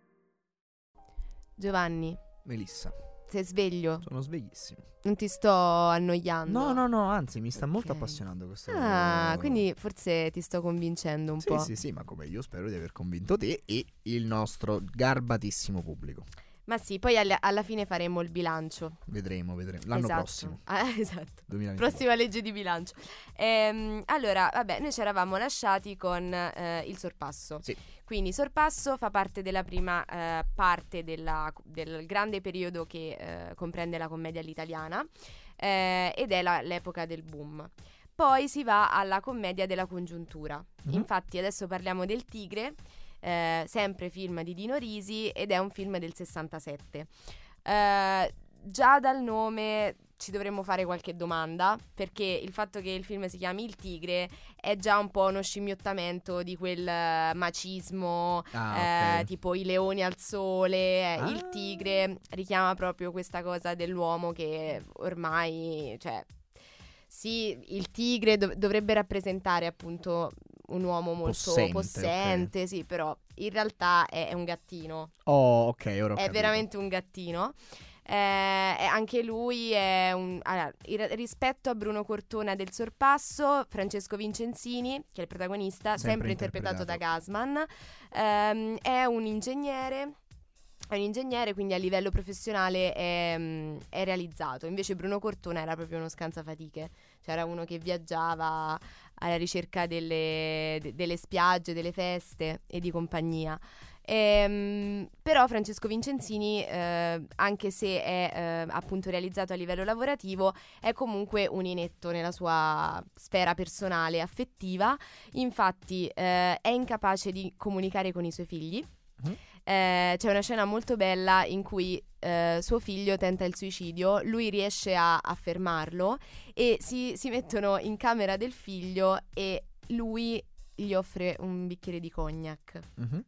Giovanni, Melissa, sei sveglio? sono sveglissimo. Non ti sto annoiando? No, no, no, anzi mi sta molto Ok. appassionando questo. Ah, quindi forse ti sto convincendo un Sì, po'. sì, sì, ma come io spero di aver convinto te e il nostro garbatissimo pubblico. Ma sì, poi alla, alla fine faremo il bilancio. Vedremo, vedremo. L'anno Esatto. prossimo, Ah, esatto. duemilaventidue. Prossima legge di bilancio. Ehm, allora, vabbè, noi ci eravamo lasciati con eh, il sorpasso. Sì. Quindi sorpasso fa parte della prima eh, parte della- del grande periodo che eh, comprende la commedia all'italiana eh, ed è la- l'epoca del boom. Poi si va alla commedia della congiuntura. Mhm. Infatti adesso parliamo del Tigre. eh, sempre film di Dino Risi, ed è un film del sessantasette. Eh, già dal nome ci dovremmo fare qualche domanda, perché il fatto che il film si chiami Il Tigre è già un po' uno scimmiottamento di quel eh, macismo, Ah, eh, ok. tipo i leoni al sole. eh, Ah. Il tigre richiama proprio questa cosa dell'uomo che ormai, cioè, sì, il tigre dov- dovrebbe rappresentare appunto un uomo molto Possente, possente, sì, però in realtà è, è un gattino, Oh, ok, ora ho è capito. veramente un gattino. Eh, e anche lui è un allora, il- rispetto a Bruno Cortona del Sorpasso, Francesco Vincenzini, che è il protagonista, sempre, Sempre interpretato da interpretato. Gassman, ehm, è un ingegnere. È un ingegnere, quindi a livello professionale è, mm, è realizzato. Invece Bruno Cortona era proprio uno scansafatiche. C'era uno che viaggiava alla ricerca delle, de- delle spiagge, delle feste e di compagnia. Ehm, però Francesco Vincenzini, eh, anche se è eh, appunto realizzato a livello lavorativo, è comunque un inetto nella sua sfera personale e affettiva. Infatti eh, è incapace di comunicare con i suoi figli. Mhm. Eh, c'è una scena molto bella in cui eh, suo figlio tenta il suicidio, lui riesce a, a fermarlo e si, si mettono in camera del figlio e lui gli offre un bicchiere di cognac Mhm.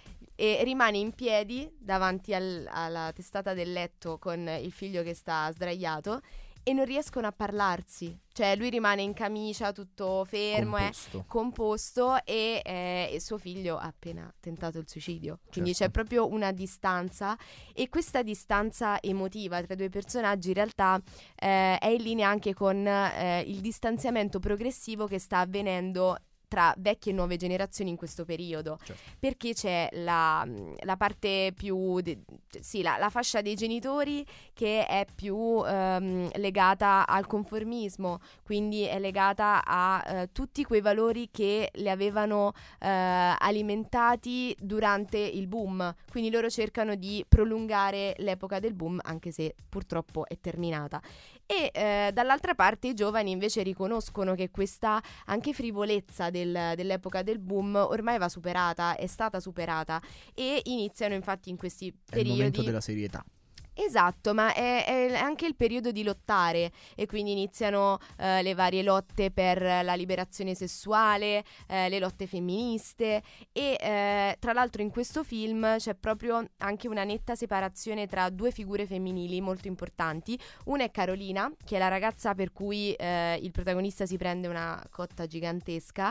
e rimane in piedi davanti al- alla testata del letto con il figlio che sta sdraiato e non riescono a parlarsi, cioè lui rimane in camicia tutto fermo, eh, Composto. composto e, eh, e suo figlio ha appena tentato il suicidio. Quindi Certo. c'è proprio una distanza, e questa distanza emotiva tra i due personaggi in realtà eh, è in linea anche con eh, il distanziamento progressivo che sta avvenendo tra vecchie e nuove generazioni in questo periodo. Certo. Perché c'è la, la parte più de- sì, la, la fascia dei genitori che è più ehm, legata al conformismo, quindi è legata a eh, tutti quei valori che le avevano eh, alimentati durante il boom, quindi loro cercano di prolungare l'epoca del boom, anche se purtroppo è terminata. E eh, dall'altra parte i giovani invece riconoscono che questa anche frivolezza del- dell'epoca del boom ormai va superata, è stata superata, e iniziano infatti in questi È il momento periodi. della serietà. Esatto, ma è, è anche il periodo di lottare, e quindi iniziano eh, le varie lotte per la liberazione sessuale, eh, le lotte femministe, e eh, tra l'altro in questo film c'è proprio anche una netta separazione tra due figure femminili molto importanti. Una è Carolina, che è la ragazza per cui eh, il protagonista si prende una cotta gigantesca,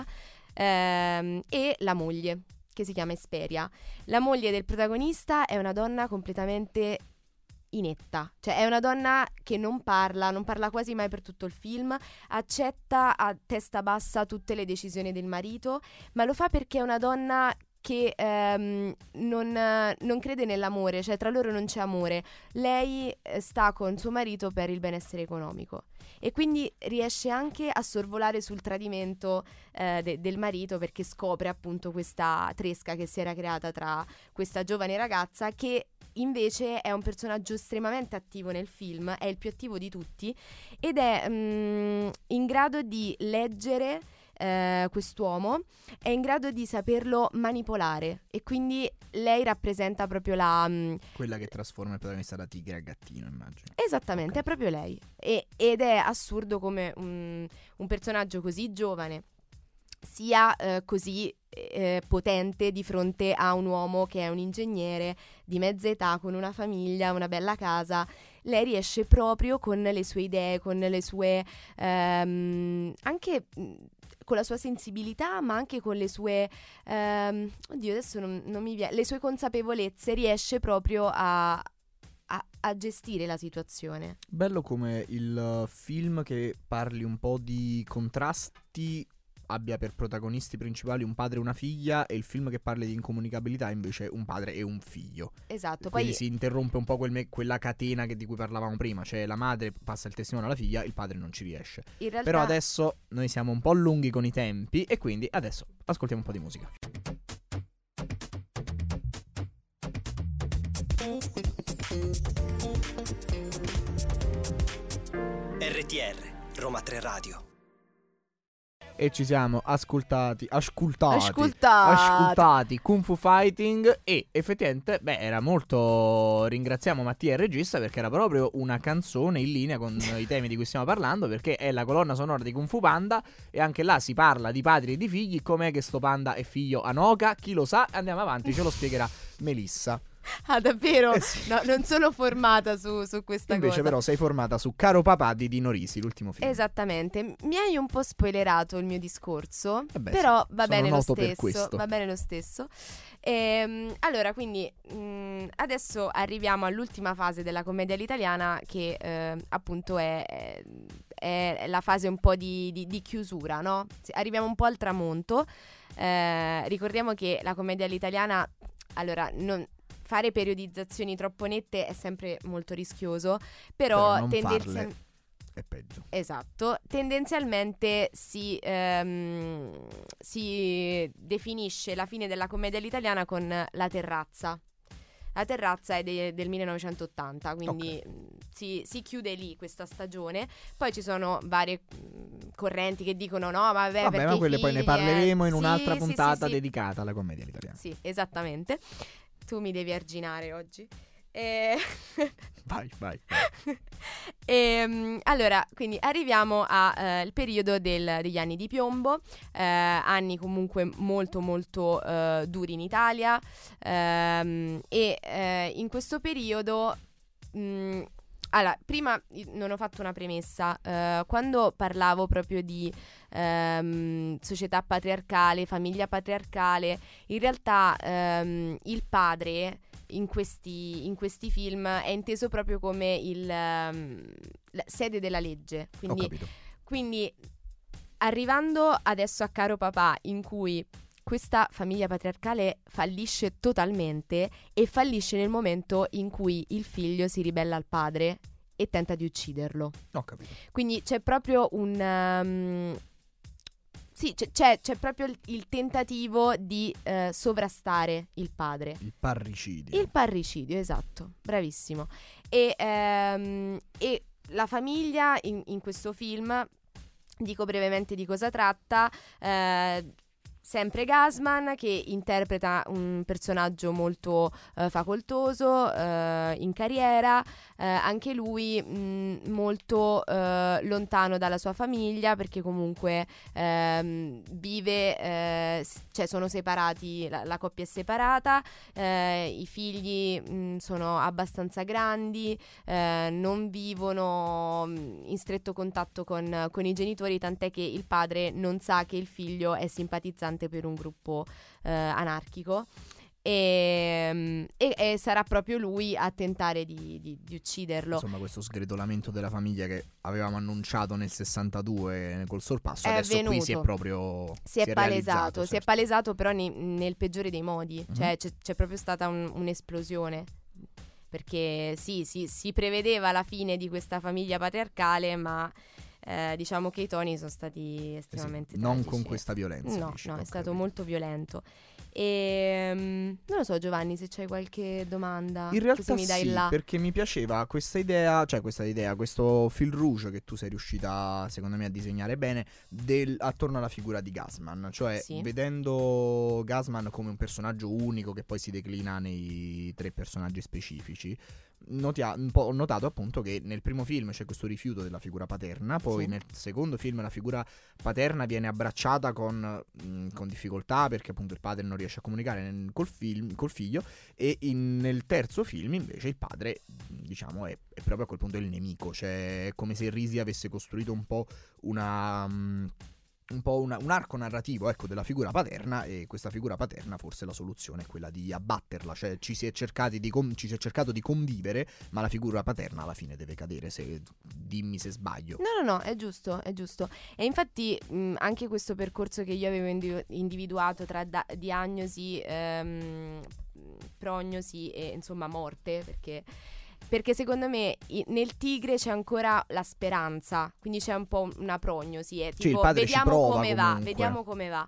ehm, e la moglie, che si chiama Esperia. La moglie del protagonista è una donna completamente inetta, cioè è una donna che non parla, non parla quasi mai per tutto il film, accetta a testa bassa tutte le decisioni del marito, ma lo fa perché è una donna che ehm, non, eh, non crede nell'amore, cioè tra loro non c'è amore. Lei eh, sta con suo marito per il benessere economico, e quindi riesce anche a sorvolare sul tradimento eh, de- del marito, perché scopre appunto questa tresca che si era creata tra questa giovane ragazza, che invece è un personaggio estremamente attivo nel film, è il più attivo di tutti, ed è mm, in grado di leggere eh, quest'uomo, è in grado di saperlo manipolare, e quindi lei rappresenta proprio la... mm, Quella che trasforma il protagonista da tigre a gattino, immagino. Esattamente, Ok. è proprio lei. E- ed è assurdo come un, un personaggio così giovane sia eh, così eh, potente di fronte a un uomo che è un ingegnere di mezza età, con una famiglia, una bella casa. Lei riesce proprio con le sue idee, con le sue ehm, anche mh, con la sua sensibilità, ma anche con le sue ehm, oddio adesso non, non mi viene, le sue consapevolezze, riesce proprio a, a, a gestire la situazione. Bello come il uh, film che parli un po' di contrasti abbia per protagonisti principali un padre e una figlia, e il film che parli di incomunicabilità invece un padre e un figlio. Esatto, Quindi poi si interrompe un po' quel me- quella catena che- di cui parlavamo prima, cioè la madre passa il testimone alla figlia, il padre non ci riesce. in realtà Però adesso noi siamo un po' lunghi con i tempi e quindi adesso ascoltiamo un po' di musica. R T R, Roma tre Radio. e ci siamo ascoltati, ascoltati, Ascoltati. ascoltati Kung Fu Fighting e effettivamente, beh, era molto, ringraziamo Mattia il regista perché era proprio una canzone in linea con i temi di cui stiamo parlando, perché è la colonna sonora di Kung Fu Panda e anche là si parla di padri e di figli, com'è che sto panda è figlio a Noka, chi lo sa, andiamo avanti, ce lo spiegherà Melissa. Ah, davvero? Eh sì. No, non sono formata su, su questa Invece cosa. però sei formata su Caro Papà di Dino Risi, l'ultimo film. Esattamente, mi hai un po' spoilerato il mio discorso, Eh beh, però sì, va sono bene lo noto per stesso, questo. va bene lo stesso. Ehm, allora, quindi mh, adesso arriviamo all'ultima fase della commedia all'italiana che eh, appunto è, è, è la fase un po' di, di, di chiusura, no? Arriviamo un po' al tramonto. Eh, ricordiamo che la commedia all'italiana, allora, non... fare periodizzazioni troppo nette è sempre molto rischioso, però, Però non tendenzialmente farle è peggio. esatto, tendenzialmente si, ehm, si definisce la fine della commedia all'italiana con La Terrazza. La Terrazza è de- del millenovecentottanta, quindi Ok. mh, si, si chiude lì questa stagione. Poi ci sono varie mh, correnti che dicono no, ma vabbè, Vabbè, perché ma i quelle poi ne figli, parleremo eh, in sì, un'altra sì, puntata sì, sì. dedicata alla commedia all'italiana. Sì, esattamente. Tu mi devi arginare oggi. E... Vai, vai, vai. e, allora, quindi arriviamo al periodo del- degli anni di piombo, eh, anni comunque molto molto eh, duri in Italia, ehm, e eh, in questo periodo... mh, allora, prima i- non ho fatto una premessa, eh, quando parlavo proprio di ehm, società patriarcale, famiglia patriarcale, in realtà ehm, il padre in questi, in questi film è inteso proprio come il ehm, la sede della legge. Ho Quindi, capito. quindi arrivando adesso a Caro Papà, in cui questa famiglia patriarcale fallisce totalmente e fallisce nel momento in cui il figlio si ribella al padre e tenta di ucciderlo. Ho capito. Quindi c'è proprio un... um, sì, c'è, c'è, c'è proprio il, il tentativo di eh, sovrastare il padre. Il parricidio. Il parricidio, esatto, bravissimo. E, ehm, e la famiglia in, in questo film, dico brevemente di cosa tratta, eh, sempre Gassman che interpreta un personaggio molto eh, facoltoso, eh, in carriera, eh, anche lui mh, molto eh, lontano dalla sua famiglia perché comunque ehm, vive, eh, s- cioè sono separati, la, la coppia è separata, eh, i figli mh, sono abbastanza grandi, eh, non vivono mh, in stretto contatto con, con i genitori, tant'è che il padre non sa che il figlio è simpatizzante per un gruppo eh, anarchico e, e, e sarà proprio lui a tentare di, di, di ucciderlo. Insomma, questo sgredolamento della famiglia che avevamo annunciato nel sessantadue col sorpasso, È adesso qui avvenuto. si è proprio Si è, realizzato, palesato, si è certo. palesato però ne- nel peggiore dei modi, Mhm. cioè c'è, c'è proprio stata un- un'esplosione, perché sì, sì, si prevedeva la fine di questa famiglia patriarcale, ma eh, diciamo che i toni sono stati Eh sì, estremamente non tragici. con questa violenza. No, dici, no, ho è stato capito. molto violento. E non lo so, Giovanni, se c'hai qualche domanda, In realtà così mi dai sì, là. perché mi piaceva questa idea, cioè questa idea, questo fil rouge che tu sei riuscita, secondo me, a disegnare bene del- attorno alla figura di Gassman. Cioè, Sì. vedendo Gassman come un personaggio unico che poi si declina nei tre personaggi specifici, notia- un po' ho notato appunto che nel primo film c'è questo rifiuto della figura paterna, poi Sì. nel secondo film la figura paterna viene abbracciata con, mh, con difficoltà perché appunto il padre non riesce a comunicare nel- col, film, col figlio, e in- nel terzo film invece il padre, diciamo, è, è proprio a quel punto il nemico, cioè è come se Risi avesse costruito un po' una... mh, un po' una- un arco narrativo, ecco, della figura paterna, e questa figura paterna forse la soluzione è quella di abbatterla, cioè ci si è cercati di con- ci si è cercato di convivere, ma la figura paterna alla fine deve cadere, se dimmi se sbaglio. No, no, no, è giusto, è giusto. E infatti mh, anche questo percorso che io avevo indi- individuato tra da- diagnosi, ehm, prognosi e insomma morte, perché, perché secondo me i- nel tigre c'è ancora la speranza, quindi c'è un po' una prognosi, è Sì, il tipo padre ci vediamo prova come va, comunque. vediamo come va.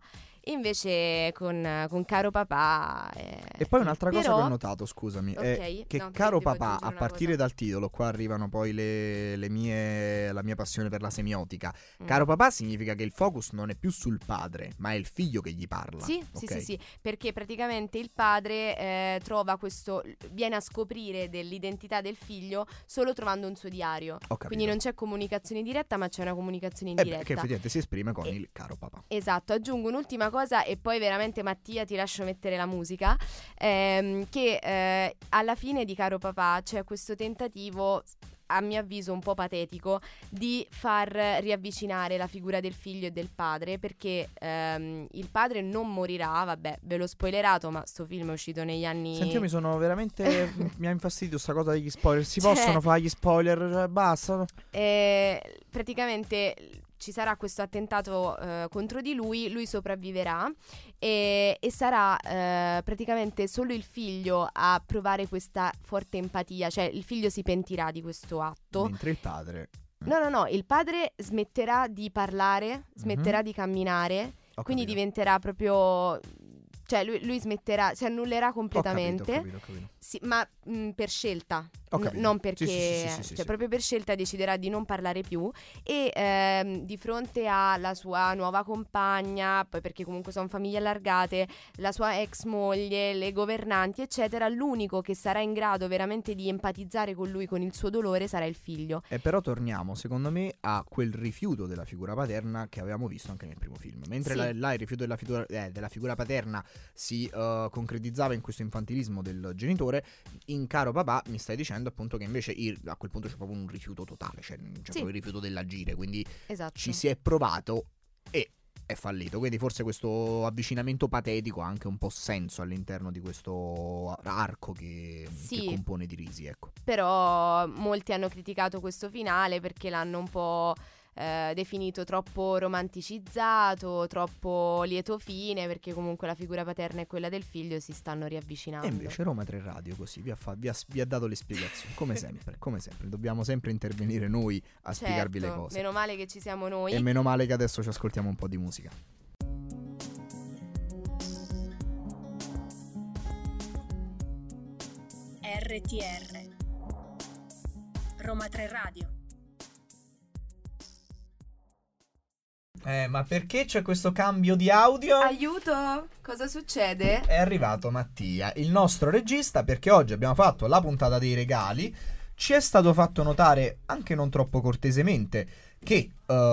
Invece con, con Caro Papà... eh, E poi un'altra cosa però- che ho notato, scusami, Ok, è che no, Caro devo Papà, aggiungere a una partire cosa. dal titolo, qua arrivano poi le, le mie, la mia passione per la semiotica. Mm. Caro Papà significa che il focus non è più sul padre, ma è il figlio che gli parla. Sì, sì, ok? sì, sì, perché praticamente il padre eh, trova questo, viene a scoprire dell'identità del figlio solo trovando un suo diario. Ho capito. Quindi non c'è comunicazione diretta, ma c'è una comunicazione Eh beh, indiretta. che effettivamente si esprime con E- il Caro Papà. Esatto, aggiungo un'ultima cosa e poi veramente Mattia ti lascio mettere la musica, ehm, che eh, alla fine di Caro Papà c'è questo tentativo, a mio avviso un po' patetico, di far riavvicinare la figura del figlio e del padre, perché ehm, il padre non morirà, vabbè, ve l'ho spoilerato, ma sto film è uscito negli anni... Senti, io mi sono veramente. mi ha infastidito sta cosa degli spoiler. Si Cioè- possono fare gli spoiler? Cioè, basta. Eh, praticamente ci sarà questo attentato eh, contro di lui, lui sopravviverà e, e sarà eh, praticamente solo il figlio a provare questa forte empatia, cioè il figlio si pentirà di questo atto. Mentre il padre. No, no, no, il padre smetterà di parlare, smetterà di camminare, Ho quindi capito. diventerà proprio... Cioè lui, lui smetterà, si annullerà Ho completamente. capito, ho capito, ho capito. Sì, ma mh, per scelta, Ho N- capito. non Sì, perché, sì, sì, sì, sì, sì, cioè sì. proprio per scelta deciderà di non parlare più e ehm, di fronte alla sua nuova compagna, poi perché comunque sono famiglie allargate, la sua ex moglie, le governanti eccetera, l'unico che sarà in grado veramente di empatizzare con lui, con il suo dolore, sarà il figlio. E però torniamo, secondo me, a quel rifiuto della figura paterna che avevamo visto anche nel primo film. Mentre Sì. là, là il rifiuto della figura, eh, della figura paterna si eh, concretizzava in questo infantilismo del genitore, in Caro Papà mi stai dicendo appunto che invece il- a quel punto c'è proprio un rifiuto totale, cioè c'è proprio il rifiuto dell'agire, quindi Esatto. ci si è provato e è fallito. Quindi forse questo avvicinamento patetico ha anche un po' senso all'interno di questo arco che, Sì. che compone di Risi, ecco. Però molti hanno criticato questo finale perché l'hanno un po' eh, definito troppo romanticizzato, troppo lieto fine, perché comunque la figura paterna e quella del figlio si stanno riavvicinando. E invece Roma tre Radio così vi ha, fa- vi ha- vi ha dato le spiegazioni, come sempre, come sempre. Dobbiamo sempre intervenire noi a Certo, spiegarvi le cose. meno male che ci siamo noi. E meno male che adesso ci ascoltiamo un po' di musica. R T R Roma tre Radio. Eh, ma perché c'è questo cambio di audio? Aiuto! Cosa succede? È arrivato Mattia, il nostro regista, perché oggi abbiamo fatto la puntata dei regali. Ci è stato fatto notare, anche non troppo cortesemente, che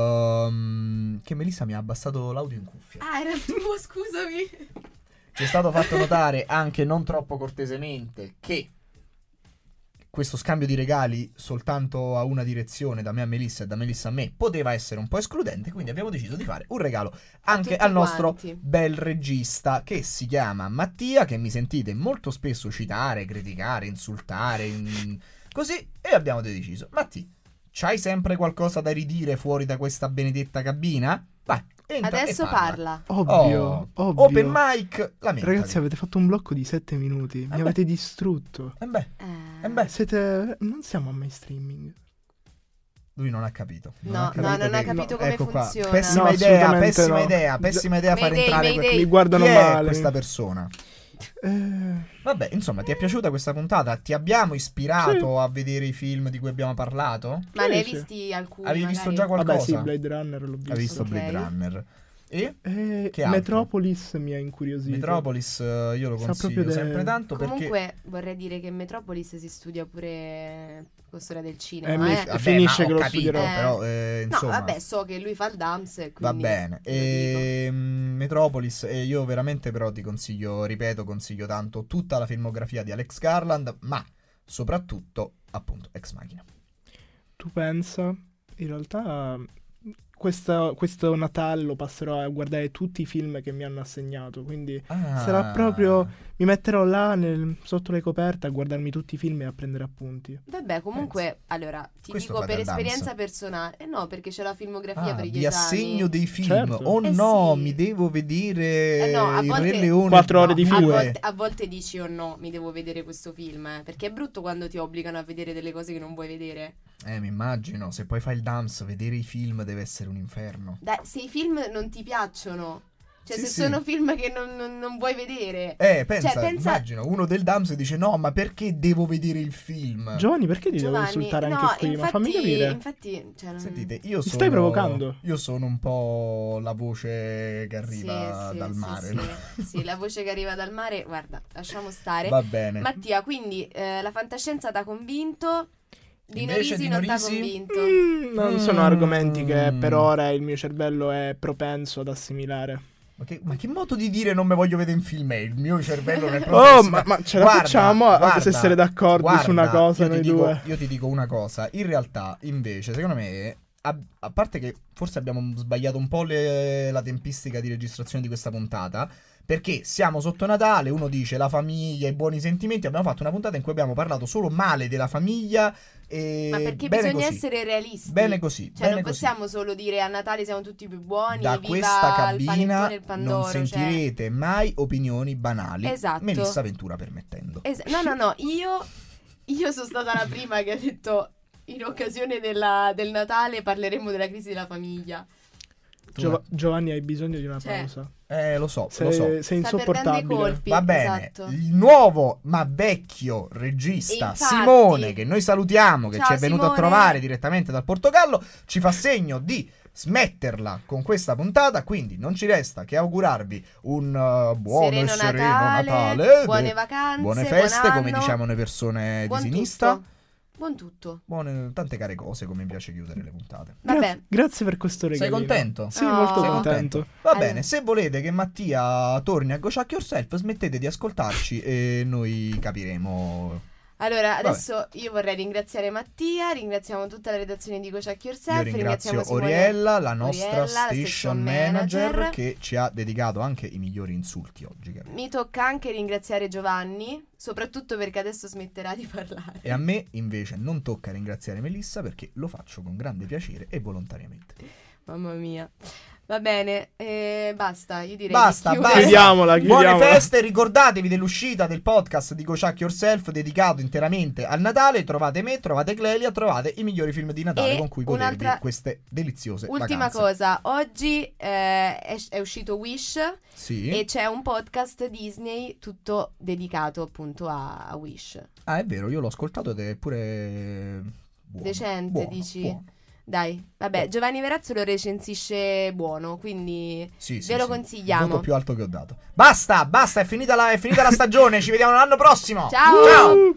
ehm, che Melissa mi ha abbassato l'audio in cuffia. Ah, era il tuo, scusami. Ci è stato fatto notare, anche non troppo cortesemente, che questo scambio di regali soltanto a una direzione, da me a Melissa e da Melissa a me, poteva essere un po' escludente, quindi abbiamo deciso di fare un regalo anche tutti al nostro quanti. bel regista, che si chiama Mattia, che mi sentite molto spesso citare, criticare, insultare, in- così, e abbiamo deciso: Mattia, c'hai sempre qualcosa da ridire fuori da questa benedetta cabina? Vai, entra Adesso e parla. parla. Ovvio, Oh, ovvio. Open mic, lamentati. Ragazzi, avete fatto un blocco di sette minuti. Mi beh. avete distrutto. Eh beh, Eh, eh beh, Siete... Non siamo a mainstreaming. lui non ha capito. No, ha no, capito non ha che- capito no, come ecco qua. funziona. Pessima No, idea, assolutamente pessima no. idea, pessima idea far Mayday, entrare mayday. que- Mi guardano Chi è male. questa persona? Eh, Vabbè, insomma, ti è piaciuta questa puntata? Ti abbiamo ispirato a vedere i film di cui abbiamo parlato? Ma Sì, ne hai sì. visti alcuni? Avevi visto magari? già qualcosa? vabbè, sì, Blade Runner l'ho visto. Hai visto Ok. Blade Runner? E? Eh, Che altro? Metropolis mi ha incuriosito. Metropolis eh, io lo Sa consiglio proprio de- sempre tanto perché... Comunque vorrei dire che in Metropolis si studia pure con storia del cinema, Eh, mi- eh. Vabbè, finisce ma che ho lo capito, studierò. però eh, No, insomma... vabbè, so che lui fa il dance e Va quindi bene, te lo dico. e, mm, Metropolis, e io veramente però ti consiglio, ripeto, consiglio tanto tutta la filmografia di Alex Garland, ma soprattutto appunto Ex Machina. Tu pensa? In realtà questa- questo Natale lo passerò a guardare tutti i film che mi hanno assegnato, quindi Ah. sarà proprio... Mi metterò là nel- sotto le coperte a guardarmi tutti i film e a prendere appunti. Vabbè, comunque, allora, ti Questo dico fate per al dance. esperienza personale. Eh no, perché c'è la filmografia Ah, per gli vi esami. assegno dei film. Certo. Oh Eh no, sì. mi devo vedere Eh no, a il volte- Re Leone Quattro ore di due. A film. volte, a volte dici o no, mi devo vedere questo film, eh, perché è brutto quando ti obbligano a vedere delle cose che non vuoi vedere. Eh, mi immagino, se poi fai il dance, vedere i film deve essere un inferno. Dai, se i film non ti piacciono Cioè, Sì, se sì. sono film che non, non- non vuoi vedere. Eh, pensa, Cioè, pensa- immagino, uno del Dams dice no, ma perché devo vedere il film? Giovanni, perché ti devo Giovanni, insultare no, anche qui? infatti, Ma fammi capire. Infatti, cioè, non- Sentite, io Mi sono... stai provocando? Io sono un po' la voce che arriva Sì, sì, dal sì, mare. sì. no? Sì, la voce che arriva dal mare, guarda, lasciamo stare. Va bene. Mattia, quindi eh, la fantascienza t'ha convinto, Dino Invece Risi Dino non t'ha Risi? convinto. Mm, non sono Mm. argomenti che per ora il mio cervello è propenso ad assimilare. Ma che, ma che modo di dire non me voglio vedere un film è? Il mio cervello non è proprio... Oh, ma, ma ce la facciamo ad essere d'accordo su una cosa io ti noi dico, due? Io ti dico una cosa. In realtà, invece, secondo me... A, a parte che forse abbiamo sbagliato un po' le- la tempistica di registrazione di questa puntata, perché siamo sotto Natale, uno dice la famiglia, i buoni sentimenti, abbiamo fatto una puntata in cui abbiamo parlato solo male della famiglia e Ma perché bene bisogna così. essere realisti. Bene così, Cioè, bene non così. possiamo solo dire a Natale siamo tutti più buoni, Da viva questa il cabina panettone e il pandoro. non cioè- sentirete mai opinioni banali, Esatto. Melissa Ventura permettendo. Es- no, no, no, io, io sono stata la prima che ha detto in occasione della- del Natale parleremo della crisi della famiglia. Giova- Giovanni, hai bisogno di una Cioè, pausa. Eh, lo so, Sei, lo so. sei Sta perdendo i insopportabile. colpi. Va bene, Esatto. il nuovo ma vecchio regista Infatti. Simone, che noi salutiamo, che Ciao, ci è venuto Simone. a trovare direttamente dal Portogallo, ci fa segno di smetterla con questa puntata, quindi non ci resta che augurarvi un uh, buono Sereno e sereno Natale, Natale, buone de- vacanze, buone feste, buon come anno, diciamo noi persone buon di sinistra, tutto. Buon tutto. buone, tante care cose, come mi piace chiudere le puntate. Vabbè. Grazie, grazie per questo regalo. Sei contento? Sì, Oh. molto Sei contento. Va Allora. bene, se volete che Mattia torni a Go Chuck Yourself, smettete di ascoltarci e noi capiremo. Allora, Vabbè. adesso io vorrei ringraziare Mattia, ringraziamo tutta la redazione di Go Chuck Yourself, Io ringrazio ringraziamo Simone Oriella, la nostra Oriella, la station manager, che ci ha dedicato anche i migliori insulti oggi. Cara. Mi tocca anche ringraziare Giovanni, soprattutto perché adesso smetterà di parlare. E a me invece non tocca ringraziare Melissa perché lo faccio con grande piacere e volontariamente. Mamma mia. Va bene, eh, basta, io direi Basta, di basta. chiudere. Chiudiamola, Buone chiudiamola. feste, ricordatevi dell'uscita del podcast di Go Chuck Yourself dedicato interamente al Natale. Trovate me, trovate Clelia, trovate i migliori film di Natale E con cui godervi un'altra- queste deliziose Ultima vacanze. cosa, oggi eh, è, è uscito Wish Sì. e c'è un podcast Disney tutto dedicato appunto a, a Wish. Ah, è vero, io l'ho ascoltato ed è pure buono. Decente, Buono, dici? buono. Dai, vabbè, Buono. Giovanni Verazzo lo recensisce buono, quindi Sì, sì, ve lo sì. consigliamo. Il voto più alto che ho dato. Basta, basta, è finita la, è finita la stagione. Ci vediamo l'anno prossimo. Ciao! Ciao!